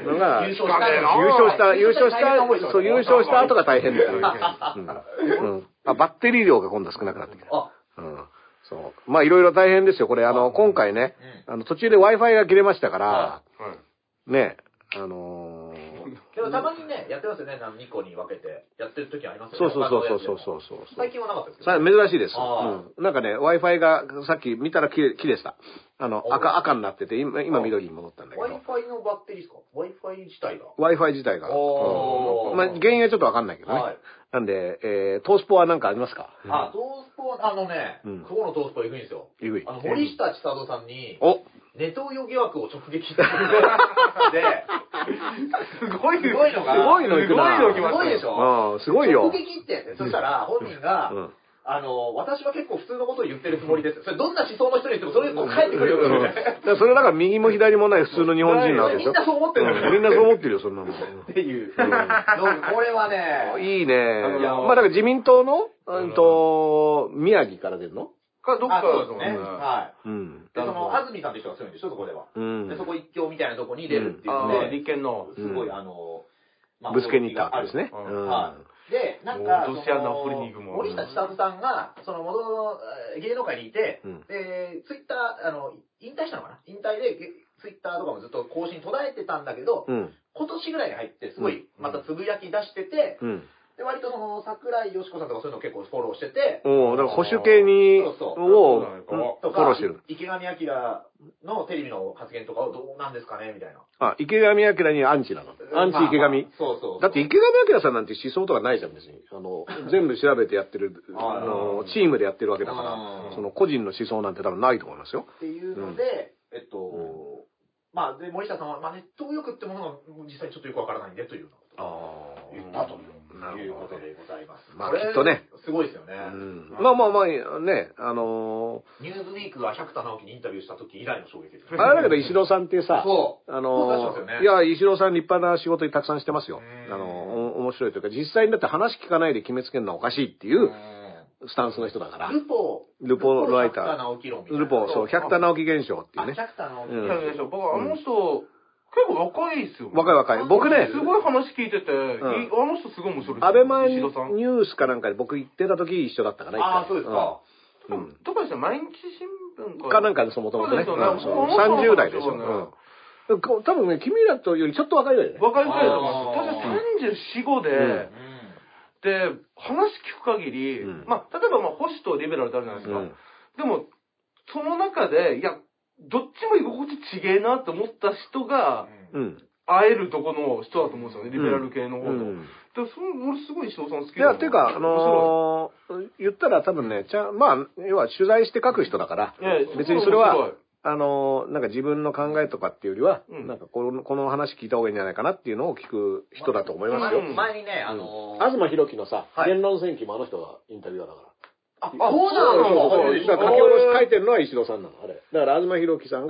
のが、 優勝した優勝した、優勝した、そう、優勝した後が大変だよ。うん。うん。あ、バッテリー量が今度は少なくなってきた。あ、うん。そう。まあ、いろいろ大変ですよ。これ、あの、今回ね、あの、途中で Wi-Fi が切れましたから、ね、あのー、 でもたまにね、やってますよね、にこに分けて。やってる時ありますよね。そうそうそうそうそうそう。 最近はなかったですけど、ね。珍しいです。うん。なんかね、Wi-Fi がさっき見たら切れ、切れてた。あの、赤、赤になってて、今、今緑に戻ったんだけど。 Wi-Fi のバッテリーですか？ Wi-Fi 自体が ?Wi-Fi 自体が。うん。まあ、原因はちょっとわかんないけどね。はい。なんで、えー、トースポはなんかありますか？ あ、トースポは、あのね、うん、ここのトースポエグいんですよ。 エグい。 あの、森下千里さんに、 おネトウヨ疑惑を直撃してで、すごい、すごいのが、 すごいの行くな。 すごいでしょ？ うん、すごいよ。 直撃って、そしたら本人が、うん、あの、私は結構普通のことを言ってるつもりです。それどんな思想の人に言ってもそれこう返ってくるよ。 うん、だからそれだから右も左もない普通の日本人なわけでしょ。 みんなそう思ってる、 うん、みんなそう思ってるよ、そんなの。 っていう。これはね、 いいね。まあだから自民党の、うんと、宮城から出るの？ かどっかだとね。はい。うん。で、その、安住さんという人が強いんでしょ、そこでは。うん。で、そこ一強みたいなとこに出るっていうので、 立憲の、 すごい、あの、 まあ、ぶつけに行ったわけですね。 はい。で、なんか、森下千里さんが、その、元の芸能界にいて、で、ツイッター、あの、引退したのかな？引退で、ツイッターとかもずっと更新途絶えてたんだけど、今年ぐらいに入って、すごい、またつぶやき出してて、で、割とその、桜井よしこさんとかそういうの結構フォローしてて。 おだから保守系に、 そうそう。 を、 フォローしてる。池上彰のテレビの発言とかをどうなんですかねみたいな。 あ、池上彰にアンチなの。アンチ池上。 そうそう。 だって池上彰さんなんて思想とかないじゃん、別に。あの、全部調べてやってる、あの、チームでやってるわけだから、その個人の思想なんて多分ないと思いますよ。 っていうので、えっと、まあ、で、森下さんは、まあ、ネット右翼ってものが実際ちょっとよくわからないんでというようなことを言ったと。いうことでございます。 まあ、きっとね。 すごいですよね。 まあまあまあ、ね、あのニューズウィークが百田直樹にインタビューした時以来の衝撃です。 あれだけど、石野さんってさ、 そう。 あのいや、石野さん立派な仕事たくさんしてますよ。あの、面白いというか、実際にだって話聞かないで決めつけるのはおかしいっていう、スタンスの人だから。 ルポ。 ルポライター。 百田直樹論みたいな。 ルポ、そう、百田直樹現象っていうね。 百田直樹現象。 僕はあの人、結構若いですよ。 若い若い。僕ね。 すごい話聞いてて、あの人すごい面白いです。 アベマニュースかなんかで僕行ってた時一緒だったかな。 ああ、そうですか。 どこでした毎日新聞か。 かなんかでそもともとね。さんじゅう代でしょ。多分ね、君らとよりちょっと若いぐらいだよね。 若いぐらいだと思います。たださんじゅうよん、ごで、で、話聞く限り、まあ、例えばまあ、保守とリベラルってあるじゃないですか。でも、その中で、いや、どっちも居心地ちげえなって思った人が、うん、会えるとこの人だと思うんですよね、リベラル系の方と。うん、でその俺すごい石尾さん好きだ。 いや、ていうか、あのー、言ったら多分ね、ちゃまあ、要は取材して書く人だから、別にそれは、あのー、なんか自分の考えとかっていうよりは、うん、なんかこの、この話聞いた方がいいんじゃないかなっていうのを聞く人だと思いますよ。 前にね、あのー、東博樹のさ、はい、言論戦記もあの人がインタビュアーだから。 あ、そうなの？ 書き下ろし書いてるのは石戸さんなの、あれ。だから、東博樹さんが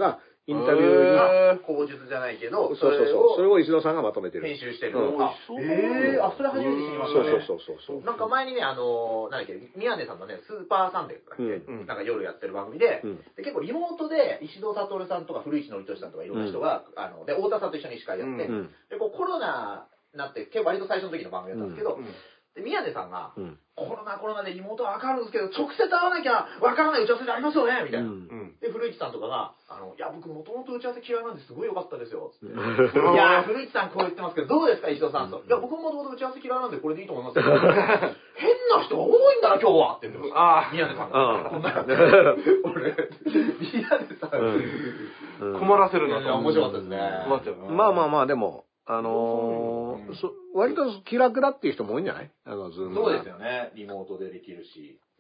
インタビューに、口述じゃないけど、 そうそうそう。それを石戸さんがまとめてる。 編集してる。ええ、あ、それ初めて知りましたね。 そうそうそう。 なんか前にね、あの、なんだっけ、宮根さんのね、スーパーサンデーだっけ、なんか夜やってる番組で、結構リモートで石戸悟さんとか古市憲寿さんとかいろんな人が、あの、で、太田さんと一緒に司会やって、で、こうコロナになって、結構割と最初の時の番組だったんですけど、で、宮根さんが、コロナコロナでリモートはわかるんですけど、直接会わなきゃわからない打ち合わせでありますよねみたいな。で、古市さんとかが、あの、いや、僕もともと打ち合わせ嫌いなんですごい良かったですよ。つって。いや、古市さんこう言ってますけど、どうですか石戸さんと。いや、僕ももともと打ち合わせ嫌いなんでこれでいいと思いますよ。変な人が多いんだな、今日はって言ってます。宮根さんが。こんな俺、宮根さん。 困らせるなと。 面白かったですね。 困っちゃう。 まあまあまあ、でも、あのー、そ割と気楽だっていう人も多いんじゃないあの、ズーム。 そうですよね。リモートでできるし。 うん、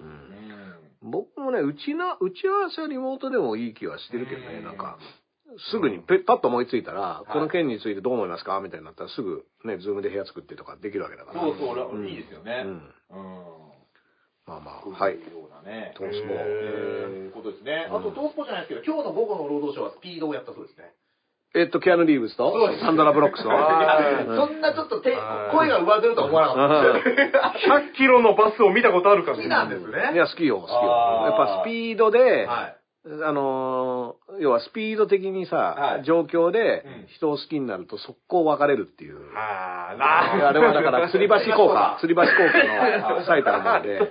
僕もね、うちな、打ち合わせはリモートでもいい気はしてるけどね、なんか、すぐにペッ、パッと思いついたら、この件についてどう思いますかみたいになったらすぐね、ズームで部屋作ってとかできるわけだから。 そうそう、いいですよね。うん。 まあまあ、はい。 というようなね。 トースポ。 ということですね。あと、トースポじゃないですけど、今日の午後の労働省はスピードをやったそうですね。 えっと、キアヌ・リーブスとサンドラ・ブロックスとそんなちょっと手、声が上ずるとは思わなかった。 ひゃっキロのバスを見たことあるから好きなんですね。 いや、好きよ、好きよ。やっぱスピードで、あのー、要はスピード的にさ、はい、状況で人を好きになると速攻別れるっていう。ああ、あれはだから吊り橋効果、吊り橋効果の最たるもので。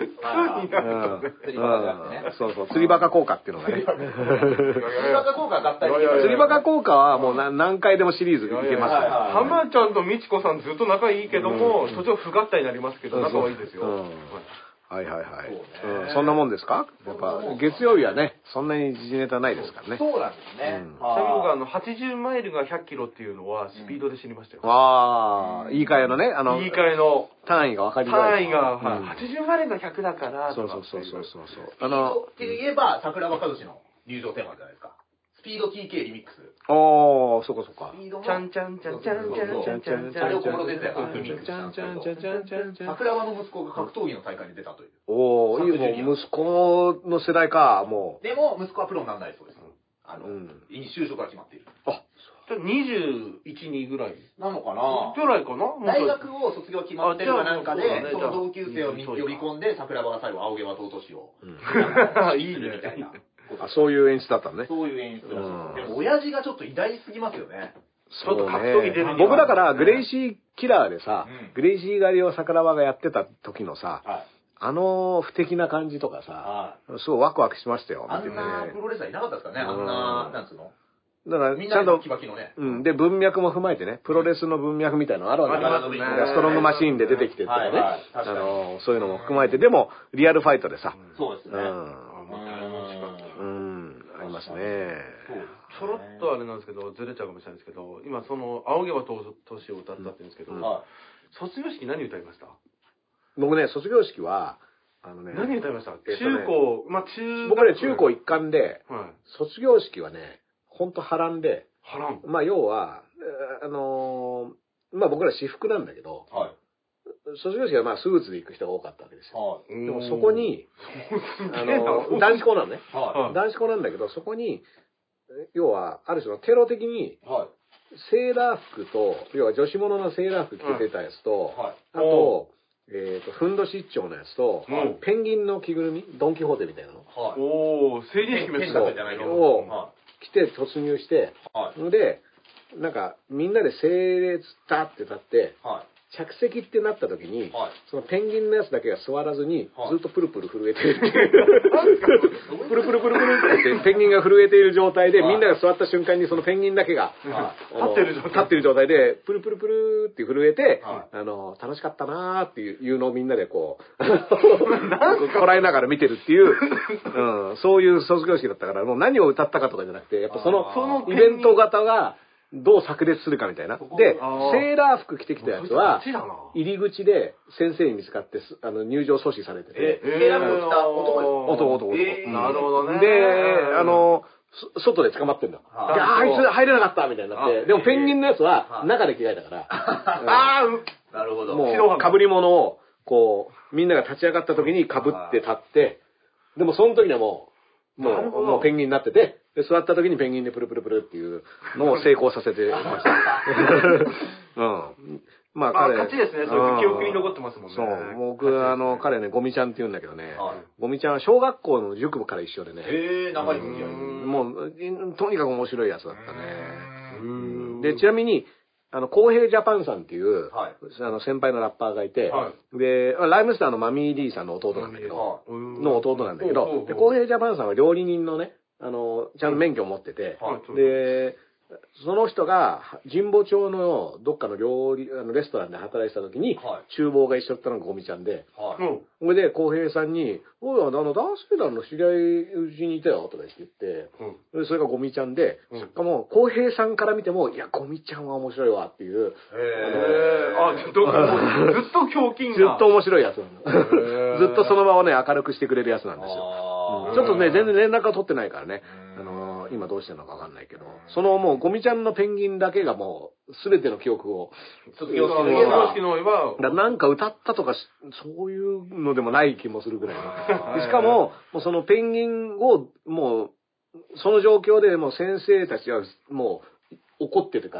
そうそう、吊りバカ効果っていうのがね。吊りバカ効果合体吊りバカ効果はもう何回でもシリーズいけますから。 浜ちゃんとみちこさんずっと仲いいけども、途中不合体になりますけど、仲はいいですよ。 はいはいはい。うん、そんなもんですかやっぱ、月曜日はね、そんなに時事ネタないですからね。 そうなんですね。 ちなみに僕あの、はちじゅうマイルがひゃっキロっていうのは、スピードで知りましたよ。 ああ、言い換えのね、あの、 言い換えの。 単位が分かりづらい。 単位が、はちじゅうマイルがひゃくだから、 そうそうそうそうそう。 あの、って言えば、桜庭和志の入場テーマじゃないですか。スピード ティーケー リミックス。 ああ、そこそこ。 ちゃんちゃんちゃんちゃんちゃんちゃんちゃんちゃん。 あれを小室哲哉がリミックスしたんですけど、桜庭の息子が格闘技の大会に出たという。 おお、いいもう息子の世代か、もう。でも、息子はプロにならないそうです。あの、就職が決まっている。 あ、 にじゅういち、にぐらいなのかなぐらいかな大学を卒業決まってるかなんかで、その同級生を呼び込んで、桜庭が最後、青毛は尊しを。いいね。みたいな。 あ、そういう演出だったのね。 そういう演出だった。でも、親父がちょっと偉大すぎますよね。 ちょっと格闘技出る。僕だから、グレイシーキラーでさ、グレイシー狩りを桜庭がやってた時のさ、あの不敵な感じとかさ、すごいワクワクしましたよ。 あんなプロレスラーいなかったですかね、あんな、なんつうの。 だから、ちゃんと、うん、で、文脈も踏まえてね、プロレスの文脈みたいなのあるわけだから、ストロングマシーンで出てきてとかね、あの、そういうのも含まれて、でも、リアルファイトでさ、 そうですね。 うん、ありますね。 ちょろっとあれなんですけど、ずれちゃうかもしれないですけど、今、その、青毛は投資を歌ったって言うんですけど、卒業式何歌いました？ 僕ね、卒業式は、あのね、 何歌いました？中高、まあ中僕はね、中高一貫で、卒業式はね、ほんと波乱で、 波乱まあ要は、あのー、まあ僕ら私服なんだけど、はい、卒業式はまあスーツで行く人が多かったわけですよ。はい、でもそこに、あのー、男子校なのね、はい。男子校なんだけど、そこに、要は、ある種のテロ的に、はい、セーラー服と、要は女子物のセーラー服着てたやつと、はい、あと、えっ、ー、と、ふんどし一丁のやつと、はい、ペンギンの着ぐるみ、ドンキホーテみたいなの。 はい、おー、成人式めっちゃじゃないけど。 を着て突入して、はい、で、なんか、みんなで整列だって立って、はい、着席ってなった時に、はい、そのペンギンのやつだけが座らずに、はい、ずっとプルプル震えてるっていう。プルプルプルプルってペンギンが震えている状態で、はい、みんなが座った瞬間にそのペンギンだけが、 はい、立ってる状態。 立ってる状態で、プルプルプルって震えて、はい、あの、楽しかったなーっていうのをみんなでこう、こらえながら見てるっていう、うん、そういう卒業式だったから、もう何を歌ったかとかじゃなくて、やっぱその、そのイベント型が、どう炸裂するかみたいな。で、セーラー服着てきたやつは、入り口で先生に見つかって、あの、入場阻止されてて。 セーラー服着た男ですか？ 男、男、男。 なるほどね。 で、あの、外で捕まってんだ。あいつ入れなかったみたいになって。でもペンギンのやつは中で着替えたから。 ああ、なるほど。 もう、被り物を、こう、みんなが立ち上がった時に被って立って、でもその時にはもう、もう、もうペンギンになってて、 で、座った時にペンギンでプルプルプルっていうのを成功させてました。うん。まあ彼。 勝ちですね。それ記憶に残ってますもんね。 そう。僕、あの、彼ね、ゴミちゃんって言うんだけどね。ゴミちゃんは小学校の塾部から一緒でね。 へぇ、長い分野もう、とにかく面白いやつだったね。で、ちなみに、あの、公平ジャパンさんっていう、はい、あの、先輩のラッパーがいて、はい、で、ライムスターのマミー・リーさんの弟なんだけど、の弟なんだけど、で、公平ジャパンさんは料理人のね、あの、ちゃんと免許を持ってて、はい、で、その人が神保町のどっかの料理、あのレストランで働いてた時に、はい、厨房が一緒だったのがゴミちゃんで、はい、それで浩平さんに、おい、あの、ダース・ベイダーの知り合いうちにいたよ、とか言って、うん、それがゴミちゃんで、うん、しかも、浩平さんから見ても、いや、ゴミちゃんは面白いわっていう。 へー。あ、ずっと、ずっと胸筋が。 ずっと面白いやつなの。ずっとその場をね、明るくしてくれるやつなんですよ。うん、ちょっとね、全然連絡は取ってないからね。あの、今どうしてるのかわかんないけど、そのもうゴミちゃんのペンギンだけがもう全ての記憶を卒業式のはなんか歌ったとかそういうのでもない気もするぐらいの。しかももうそのペンギンをもうその状況でもう先生たちはもう怒ってるから、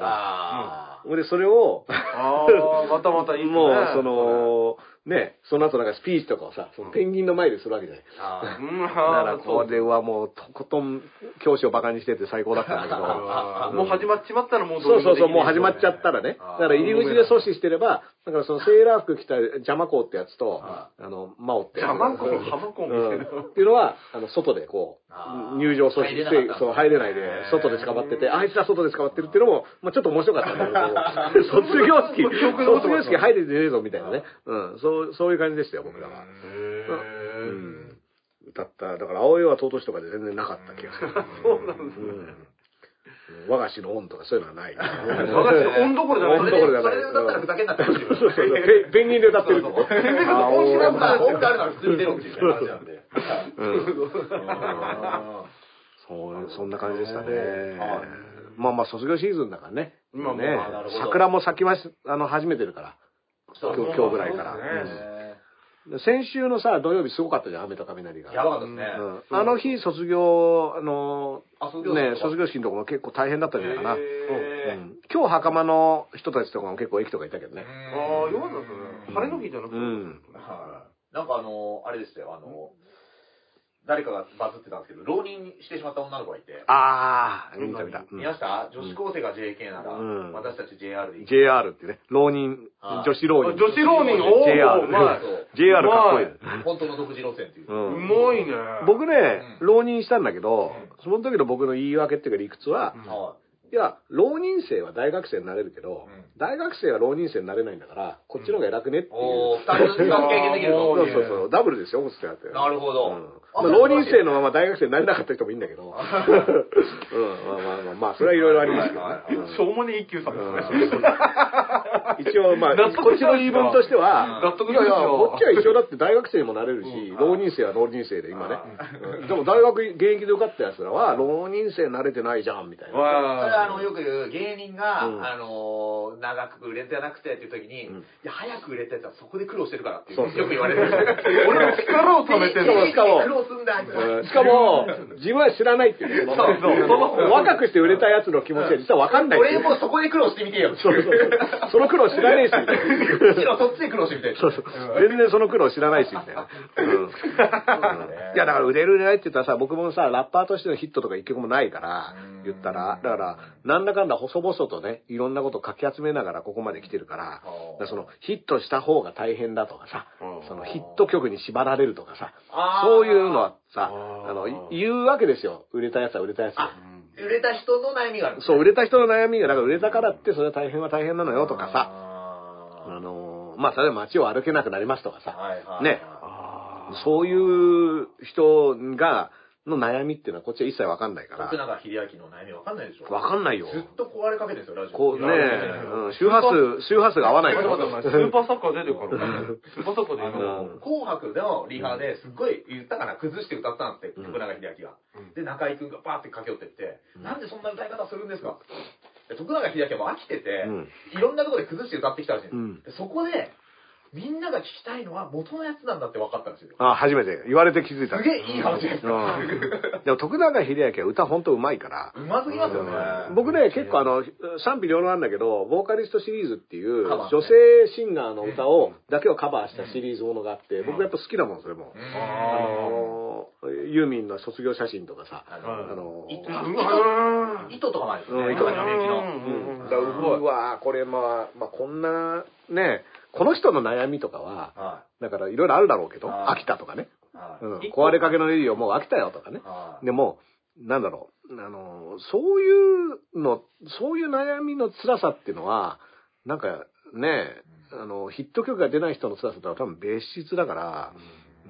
うん、でそれをああまたまたいいね。 もうそのね、その後なんかスピーチとかをさ、そのペンギンの前でするわけじゃない。あだからこれはもうとことん教師をバカにしてて最高だったんだけど。 もう始まっちまったらもうそうそうそう、もう始まっちゃったらね。だから入り口で阻止してれば、だからそのセーラー服着た邪魔子ってやつと、あの、マオってやつ。 邪魔子ハマコン見せる。 っていうのは、あの、外でこう、入場阻止して、そう、入れないで、外で捕まってて、あいつら外で捕まってるっていうのも、まあちょっと面白かったんだけど、卒業式、卒業式入れてねえぞみたいなね。うん、そう、そういう感じでしたよ、僕らは。うん。歌った、だから、青いは尊しとかで全然なかった気がする。 そうなんですね。 和菓子の恩とかそういうのはない。 和菓子の恩どころじゃない。 恩どころじゃない。それで歌ったらふざけになってほしい。 そうそうそう。ペンギンで歌ってる。ペンギンで恩知らんから、恩があるなら普通に出ろっていう話なんで。 そう、そんな感じでしたね。まあまあ、卒業シーズンだからね。今ね、桜も咲きまし、あの、始めてるから。今日、今日ぐらいから。先週のさ、土曜日すごかったじゃん、雨と雷が。 やばかったですね。 あの日、卒業、あの、ね、卒業式のところも結構大変だったんじゃないかな。今日、袴の人たちとかも結構駅とかいたけどね。 ああ、よかったですね。晴れの日じゃなくて。 なんかあの、あれですよ、あの、誰かがバズってたんですけど、浪人してしまった女の子がいて。 ああ、見た見た。 見ました？女子高生が ジェーケー なら、私たち ジェイアール でいい。 ジェイアール ってね、浪人、女子浪人。 女子浪人、おー、 ジェイアール。ジェイアール かっこいい。 本当の独自路線っていう。 うまいね。 僕ね、浪人したんだけど、その時の僕の言い訳っていうか理屈は、いや、浪人生は大学生になれるけど、大学生は浪人生になれないんだから、こっちの方が偉くねっていう。 おー、二人の経験できると。 そうそうそう、ダブルですよ、ってやって。 なるほど。 浪人生のまま大学生になれなかった人もいいんだけど。うん、まあまあまあ、まあ、それはいろいろありますけどね。 しょうもねえ一級さんですね。 一応、まあ、こっちの言い分としては、 納得いやいや、こっちは一緒だって大学生にもなれるし、浪人生は浪人生で今ね。でも大学現役で受かった奴らは、浪人生慣れてないじゃん、みたいな。 それはあの、よく言う芸人が、あの、長く売れてなくてっていう時に、いや、早く売れたやつはそこで苦労してるからってよく言われる。 俺の力を貯めてる。 しかも、 苦労すんだ、 しかも、自分は知らないっていうね。若くして売れたやつの気持ちは実は分かんない。 俺もそこで苦労してみてよ。 そうそう。その苦労知らねえし、みたいな。 むしろそっちで苦労してみたい。 そうそう。全然その苦労知らないし、みたいな。いや、だから売れる売れないって言ったらさ、僕もさ、ラッパーとしてのヒットとか一曲もないから、言ったら、だから、なんだかんだ細々とね、いろんなことをかき集めながらここまで来てるから、その、ヒットした方が大変だとかさ、そのヒット曲に縛られるとかさ、そういうのはさ、あの、言うわけですよ。売れたやつは売れたやつは。 売れた人の悩みがある。 そう、売れた人の悩みが、だから売れたからってそれは大変は大変なのよとかさ、あの、まあ、それは街を歩けなくなりますとかさ、ね、そういう人が、の悩みっていうのはこっちは一切わかんないから。 徳永英明の悩みわかんないでしょ。 わかんないよ。 ずっと壊れかけてるんですよ、ラジオ。 こうね、うん、周波数、周波数が合わないから。 スーパーサッカー出てるから。スーパーサッカーで言うの。紅白のリハですっごい言ったかな、崩して歌ったんですって、徳永英明が。で、中居くんがバーって駆け寄ってって、なんでそんな歌い方するんですか？徳永英明はもう飽きてて、いろんなところで崩して歌ってきたらしいんです。そこで、 みんなが聞きたいのは元のやつなんだって分かったんですよ。 あ、初めて。言われて気づいた。 すげえいい話ですか。 でも徳永英明は歌ほんと上手いから。 うますぎますよね。 僕ね、結構あの、賛否両論なんだけど、ボーカリストシリーズっていう、女性シンガーの歌を、だけをカバーしたシリーズものがあって、僕やっぱ好きだもん、それも。あの、ユーミンの卒業写真とかさ、あの、 糸とかもあるんですよね。糸とかの。うわこれまあ、まあこんな、ね、この人の悩みとかは、だからいろいろあるだろうけど、飽きたとかね、壊れかけのレディオもう飽きたよとかね。でも、なんだろう、あの、そういうの、そういう悩みの辛さっていうのは、なんかね、あの、ヒット曲が出ない人の辛さってのは多分別質だから、うん、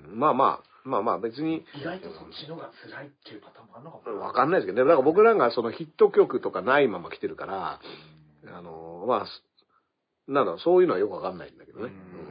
まあまあ、まあまあ別に。 意外とそっちのが辛いっていうパターンもあるのかも。 わかんないですけどね。だから僕らがそのヒット曲とかないまま来てるから、あの、まあ、なんだそういうのはよくわかんないんだけどね。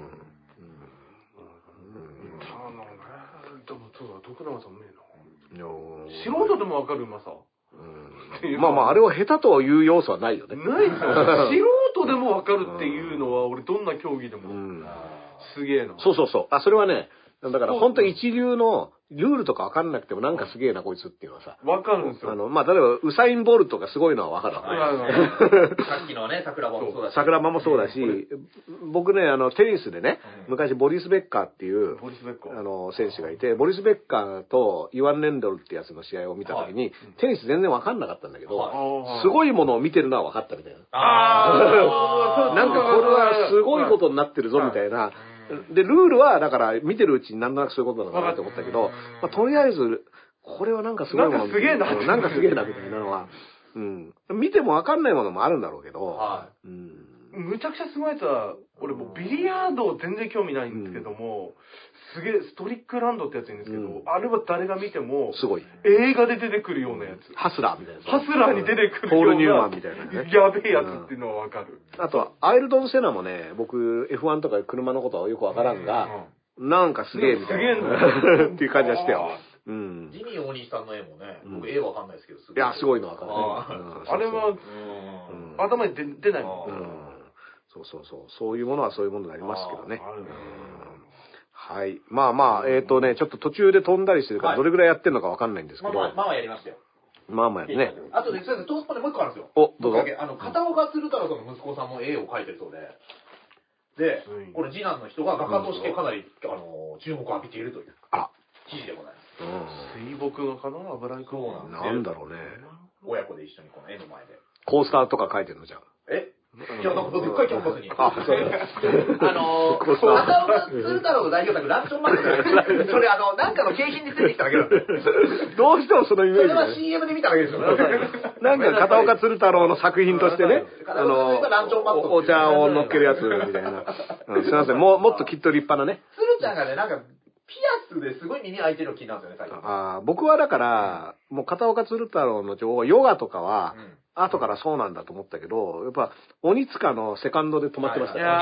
でもそうだ、徳永さんうめえな。素人でもわかるうまさ。 まあまあ、あれを下手という要素はないよね。 ないですよ。素人でもわかるっていうのは、俺どんな競技でも。すげえな。 そうそうそう。あ、それはね、だから本当に一流のルールとか分かんなくてもなんかすげえなこいつっていうのはさ。 分かるんですよ。 あの、まあ、例えばウサイン・ボルトがすごいのは分かるわけ。さっきのね、桜庭もそうだし。 桜庭もそうだし、僕ね、あの、テニスでね、昔ボリス・ベッカーっていう、あの、選手がいて、ボリス・ベッカーとイワン・レンドルってやつの試合を見たときに、テニス全然分かんなかったんだけど、すごいものを見てるのは分かったみたいな。ああなんかこれはすごいことになってるぞみたいな。で、ルールは、だから、見てるうちになんとなくそういうことなのかなって思ったけど、まあ、とりあえず、これはなんかすごいもの。 なんかすげえな。 なんかすげえな、みたいなのは。うん。見てもわかんないものもあるんだろうけど、 はい。うん。むちゃくちゃすごいやつは、俺もうビリヤード全然興味ないんですけども、すげえストリックランドってやついいんですけど、うん、あれは誰が見ても、 すごい。 映画で出てくるようなやつ。 ハスラーみたいな。 ハスラーに出てくるような。ポール・ニューマンみたいなね。やべえやつっていうのはわかる。 あとは、アイルドン・セナもね、僕、エフワン とか車のことはよくわからんが、うん、なんかすげえみたいな。すげえっていう感じがしてよ。 うん。ジミー大西さんの絵もね、僕絵わかんないですけど、 いや、すごいのわかるね。 あれは、頭に出ないもん。 そうそうそう。そういうものはそういうものになりますけどね。はい。まあまあ、えっとね、ちょっと途中で飛んだりしてるから、どれぐらいやってんのかわかんないんですけど。 まあまあやりましたよ。 まあまあやるね。 あとで、トースポでもう一個あるんですよ。 お、どうぞ。 あの、片岡鶴太郎さんの息子さんも絵を描いてるそうで。で、これ次男の人が画家としてかなり、あの、注目を浴びているという。 あ、 記事でございます。 水墨画かな油絵かな。 なんだろうね。 親子で一緒にこの絵の前で。 コースターとか描いてるのじゃん。 えいや、なんかでっかいキャンバスに。あ、そうあのー、片岡鶴太郎の代表作、ランチョンマークで、それあの、なんかの景品についてきただけなんで。 どうしてもそのイメージ。 それは シーエム で見ただけですよ。 なんか片岡鶴太郎の作品としてね、あの、お茶を乗っけるやつみたいな。すいません、もう、もっときっと立派なね。 鶴ちゃんがね、なんか、ピアスですごい耳開いてるの気になるんですよね、最近。 ああ、僕はだから、もう片岡鶴太郎の情報、ヨガとかは、後からそうなんだと思ったけど、やっぱ、鬼塚のセカンドで止まってましたね。いや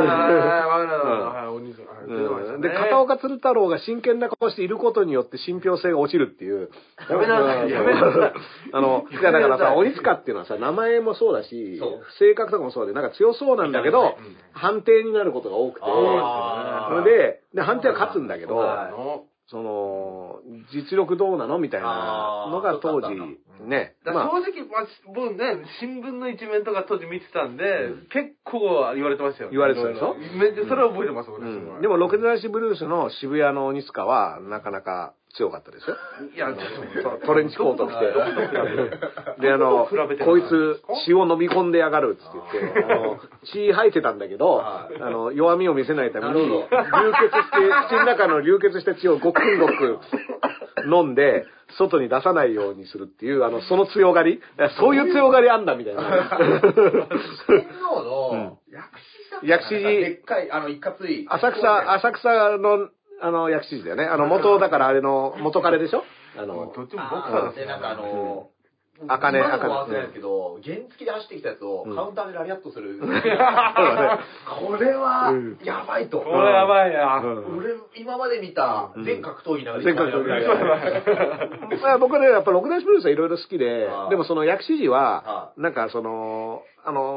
ー、で、片岡鶴太郎が真剣な顔していることによって信憑性が落ちるっていう。 やめなさい、やめなさい。 あの、いやだからさ、鬼塚っていうのはさ、名前もそうだし、性格とかもそうで、なんか強そうなんだけど、判定になることが多くて、で、で、判定は勝つんだけど、その、実力どうなのみたいなのが当時、ね。 正直、僕ね、新聞の一面とか当時見てたんで、結構言われてましたよ。 言われてたでしょそれは覚えてます、俺。 でも、ロケザシブルースの渋谷の鬼塚は、なかなか強かったですよ。 いや、 トレンチコート着て。で、あの、こいつ、血を飲み込んでやがるっつって言って、あの、血吐いてたんだけど、あの、弱みを見せないために、流血して、口の中の流血した血をごくんごく飲んで、外に出さないようにするっていう、あの、その強がり、そういう強がりあんだみたいな。 天皇の薬師さん薬師寺。 でっかい、あの、いかつい。 浅草、浅草の、あの、薬師寺だよね。あの、元、だからあれの、元彼でしょあの、 どっちも僕からで、なんかあの、 あかね、あかね。 忘れないですけど、原付で走ってきたやつをカウンターでラリアットする。これは、やばいと。 これやばいな。 俺、今まで見た全格闘技の中で全格闘技。僕ね、やっぱ六大プロレスはいろいろ好きで、でもその薬師寺は、なんかその、あの、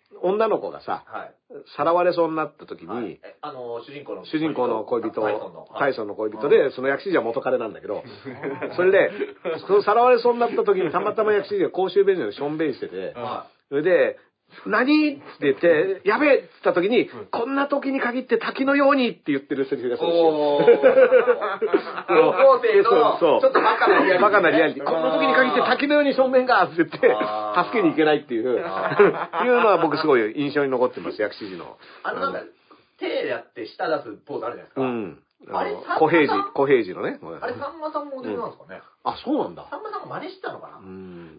女の子がさ、さらわれそうになった時に、 あの、主人公の主人公の恋人、タイソンの恋人で、その薬師寺は元彼なんだけど、それで、そのさらわれそうになった時にたまたま薬師寺が公衆便所でしょんべんしてて、それで、何って言って、やべえって言った時に、こんな時に限って滝のようにって言ってるセリフがそうですよ。 高校生の、ちょっとバカなリアリティ。 バカなリアリティ。こんな時に限って滝のように正面がって言って、助けに行けないっていう、いうのは僕すごい印象に残ってます、薬師寺の。 あのなんか、手やって舌出すポーズあるじゃないですか。うん。 あれ、小平寺、小平寺のね。 あれ、さんまさんモデルなんですかね。 あ、そうなんだ。 さんまさんが真似してたのかな。うん。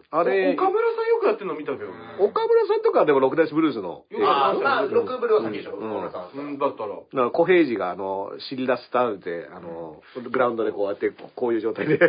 あれ、岡村さんよくやってるの見たけど。 岡村さんとかでも六大ブルースの。 ああ、ロックブルーは先でしょ、岡村さん。 うん、だったら。だから、小平寺が、あの、シリラスタウで、あの、グラウンドでこうやって、こういう状態で。うん。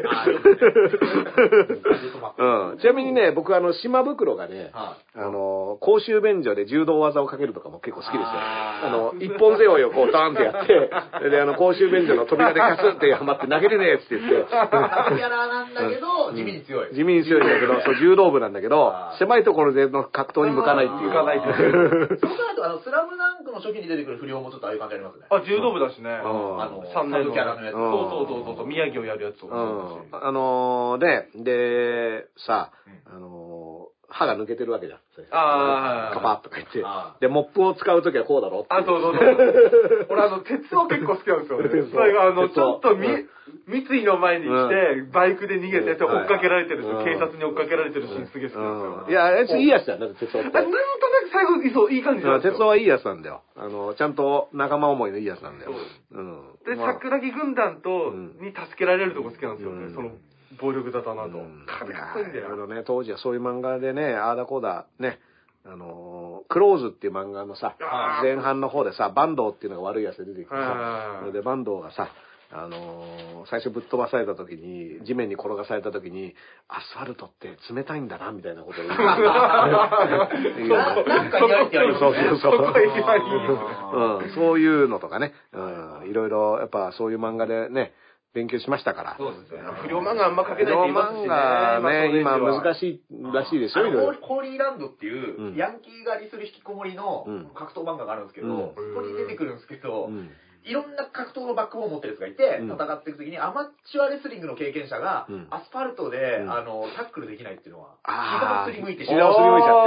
ちなみにね、僕、あの、島袋がね、あの、公衆便所で柔道技をかけるとかも結構好きですよ。あの、一本背負いをこう、ダーンってやって、で、あの、公衆便所の扉でカスってはまって投げれねえって言って。 なんだけど、地味に強い。 地味に強いんだけど、そう、柔道部なんだけど、狭いところでの格闘に向かないっていう。 向かないっていう。 そうなると、あの、スラムダンクの初期に出てくる不良もちょっとああいう感じありますね。 あ、柔道部だしね。 あの、サブキャラのやつ。 そうそうそうそう、宮城をやるやつ。 あの、で、で、さ、あの、歯が抜けてるわけじゃん。ああ。カパッとか言って。で、モップを使うときはこうだろって。 あ、そうそうそう。俺あの、鉄を結構好きなんですよね。それがあの、ちょっとみ、三井の前に来て、バイクで逃げて、追っかけられてる、警察に追っかけられてるシーンすげえ好きなんですよ。 いや、あいついいやつだよ、だって鉄夫って。 なんとなく最後、そう、いい感じなんですよ。 鉄夫はいいやつなんだよ。あの、ちゃんと仲間思いのいいやつなんだよ。 うん。で、桜木軍団と、に助けられるとこ好きなんですよね。その、暴力沙汰など。かっこいいんだよ。 いろいろね、当時はそういう漫画でね、ああだこうだ、ね、あの、クローズっていう漫画のさ、前半の方でさ、坂東っていうのが悪いやつで出てきてさ、それで坂東がさ、あのー、最初ぶっ飛ばされた時に、地面に転がされた時に、アスファルトって冷たいんだな、みたいなことを言う。なんか嫌いってやる。 そうそうそう。うん、そういうのとかね、うん、いろいろ、やっぱそういう漫画でね、勉強しましたから。 そうですね。不良漫画あんま描けないって言いますしね。 不良漫画ね、今難しいらしいですよ、いろいろ。 ホーリーランドっていう、ヤンキー狩りする引きこもりの格闘漫画があるんですけど、そこに出てくるんですけど、いろんな格闘のバックボーンを持ってるやつがいて、戦っていくときにアマチュアレスリングの経験者が、アスファルトで、あの、タックルできないっていうのは、膝をすりむいて、 膝をすりむいちゃって。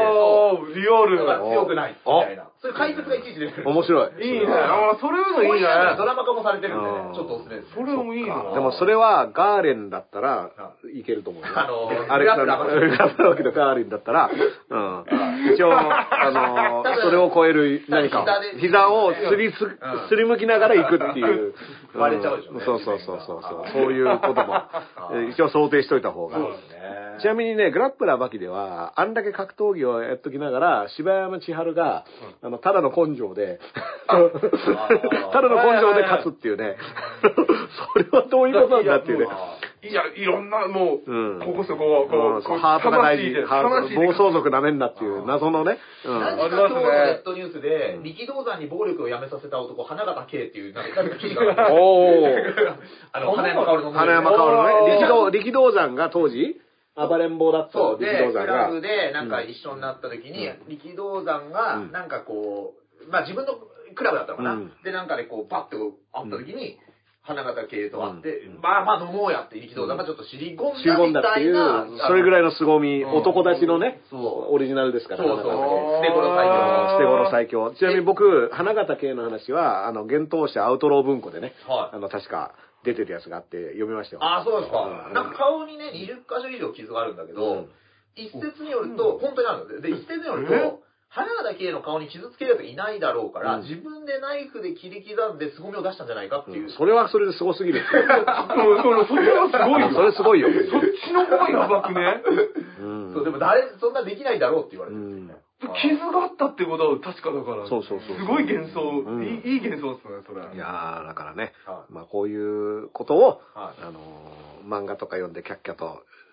リアル。 だから強くない、みたいな。そういう解説がいちいち出てる。 面白い。 いいね。ああ、それのいいね。 ドラマ化もされてるんでね、ちょっとおすすめです。 それもいいな。 でもそれは、ガーレンだったら、いけると思うよ。 あの、 アレクサンダー、ガーレンとガーレンだったら、うん。一応、あの、それを超える何か、膝をすりす、すりむきながら行くっていう。 割れちゃうでしょ。 そうそうそうそう。そういうことも、一応想定しといた方が。ちなみにね、グラップラーバキでは、あんだけ格闘技をやっときながら、柴山千春が、あの、ただの根性で、ただの根性で勝つっていうね、それはどういうことなんだっていうね。 いや、いろんな、もう、ここそこ、 こう、ハートが大事、暴走族なめんなっていう謎のね。 何か今日のネットニュースで、力道山に暴力をやめさせた男、花形圭っていう、なんか記事がある。おー。あの、花山薫の。 花山薫のね、力道、力道山が当時、暴れん坊だったそうで、クラブでなんか一緒になった時に、力道山がなんかこう、まあ自分のクラブだったのかな。で、なんかでこう、パッと会った時に、花形系と会って、まあまあ飲もうやって力道山がちょっと尻込んだみたいな。 尻込んだっていう、それぐらいの凄み、男たちのね、オリジナルですから。 そうそう。捨て頃最強。 捨て頃最強。ちなみに僕、花形系の話は、あの、幻冬舎アウトロー文庫でね、あの、確か、出てるやつがあって読みましたよ。 ああ、そうですか。なんか顔にね、にじゅっかしょ以上傷があるんだけど、一説によると、本当にあるんですよ。で、一説によると、花形系の顔に傷つけるやついないだろうから、自分でナイフで切り刻んで凄みを出したんじゃないかっていう。 それはそれですごすぎる。 それはすごいよ。 それすごいよ。 そっちの方がやばくね。 そう、でも誰、そんなできないだろうって言われてるんですよね。 傷があったってことは確かだから。 そうそうそう。 すごい幻想。いい幻想ですね、それ。 いやー、だからね、まあこういうことを、あの、漫画とか読んでキャッキャと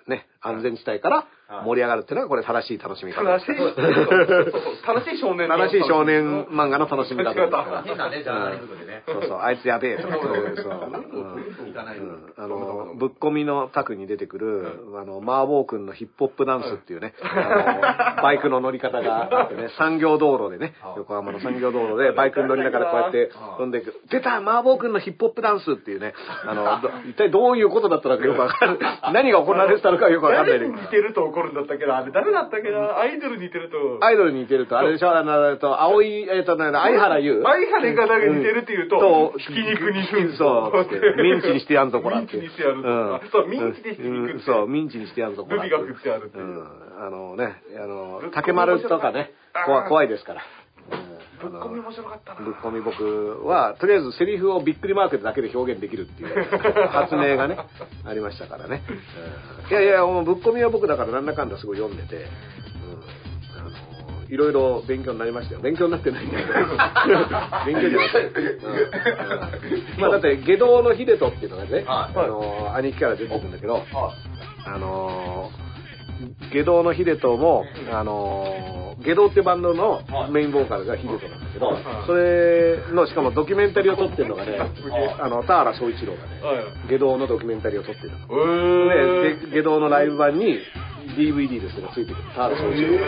ね、安全地帯から盛り上がるっていうのがこれ正しい楽しみ方。 正しい、正しい少年正しい少年漫画の楽しみ方。 変なね、ジャーナリズムでね。 そうそう、あいつやべえとか、そうそう。あの、ぶっ込みのタクに出てくる、あの、麻婆くんのヒップホップダンスっていうね、バイクの乗り方があってね、産業道路でね、横浜の産業道路でバイクに乗りながらこうやって飛んでいく。出た麻婆くんのヒップホップダンスっていうね、あの、一体どういうことだったのかよくわかる。何が行われてたのかよくわかんない。 誰に似てると怒るんだったっけな、あれ誰だったっけな、アイドルに似てると。 アイドルに似てると、あれでしょ、あの、と、青い、えっと、相原優。 相原がなんか似てるって言うと、ひき肉にする。 そう。ミンチにしてやんとこらって。 ミンチにしてやると。そう、ミンチでひき肉。 そう、ミンチにしてやるとこら。 ルビが振ってあるっていう。 あのね、あの、竹丸とかね、怖いですから。 ぶっ込み面白かったな。 ぶっ込み僕は、とりあえずセリフをびっくりマークだけで表現できるっていう発明がね、ありましたからね。いやいや、もうぶっ込みは僕だからなんだかんだすごい読んでて、いろいろ勉強になりましたよ。勉強になってないんだけど。勉強じゃなくて。まあだって、下道の秀人っていうのがね、あの、兄貴から出てくるんだけど、あの、下道の秀人も、あの、下道ってバンドのメインボーカルが秀人なんだけど、それの、しかもドキュメンタリーを撮ってるのがね、あの、田原総一郎がね、下道のドキュメンタリーを撮ってるの。で、下道のライブ版に ディーブイディー ですがついてくる。田原総一郎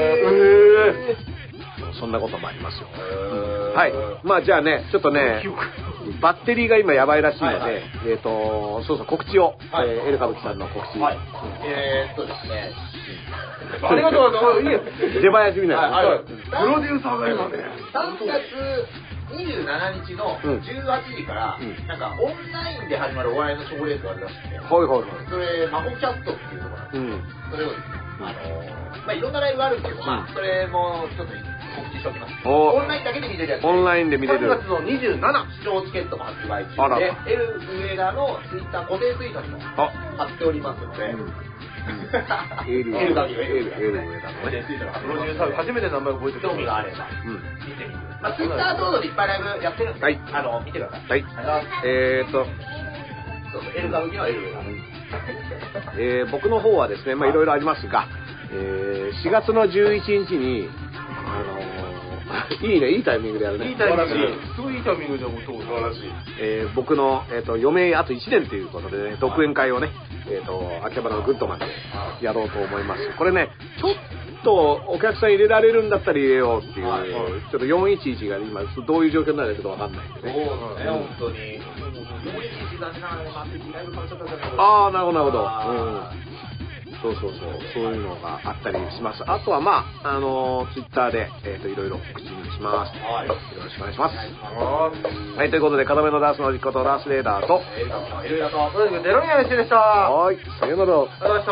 が。そんなこともありますよ。はい。まあじゃあね、ちょっとね、バッテリーが今やばいらしいので、えっと、そうそう、告知を、エル歌舞伎さんの告知。 えーっとですね、 ありがとうございます。 出囃子みたいな。 プロデューサーが今ね。 さんがつにじゅうしちにちのじゅうはちじから、なんかオンラインで始まるお笑いのショーレースがあるらしくて、 はいはいはい。 それ、マホキャストっていうところなんですけど、それをですね、あの、まあいろんなライブがあるんですけど、まあそれもちょっと告知しておきます。オンラインだけで見れるやつ。 オンラインで見れる。 さんがつのにじゅうしち、 視聴チケットも発売中で、エル上田のツイッター固定ツイートにも貼っておりますので、 エル、エル、エル、エル、エル上田のね。 プロデューサー初めて名前覚えてる。 興味があれば、見てみて。まあツイッター等々でいっぱいライブやってるんで、あの、見てください。 はい。えーっと、 そうそう、エル歌舞伎はエル上田。 えー、僕の方はですね、まあいろいろありますが、えー、しがつのじゅういちにちに、あのー、いいね、いいタイミングでやるね。 いいタイミング。すごいいいタイミングでもそう素晴らしい。 えー、僕の、えっ、ー、と、余命あといちねんということでね、独演会をね、えっ、ー、と、秋葉原のグッドマンでやろうと思います。これね、ちょっとお客さん入れられるんだったら入れようっていう、はい、ちょっとよんいちいちが今どういう状況になるかちょっとわかんないんでね。 そうですね、本当に。よんいちいち残念ながらね、待って、ライブ買っちゃったじゃないですか。 あー、なるほど、なるほど。うんそうそうそう、そういうのがあったりします。あとはまあ、あのー、ツイッターで、えっ、ー、と、いろいろ告知します。はい。よろしくお願いします。はい、ということで、片目のダースの実行とダースレーダーと、 えー、と、いろいろと、 デロニアンシでした。 はい、さよなら。ありがとうございました。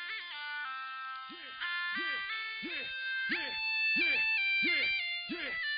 Yeah, yeah, yeah, yeah, yeah.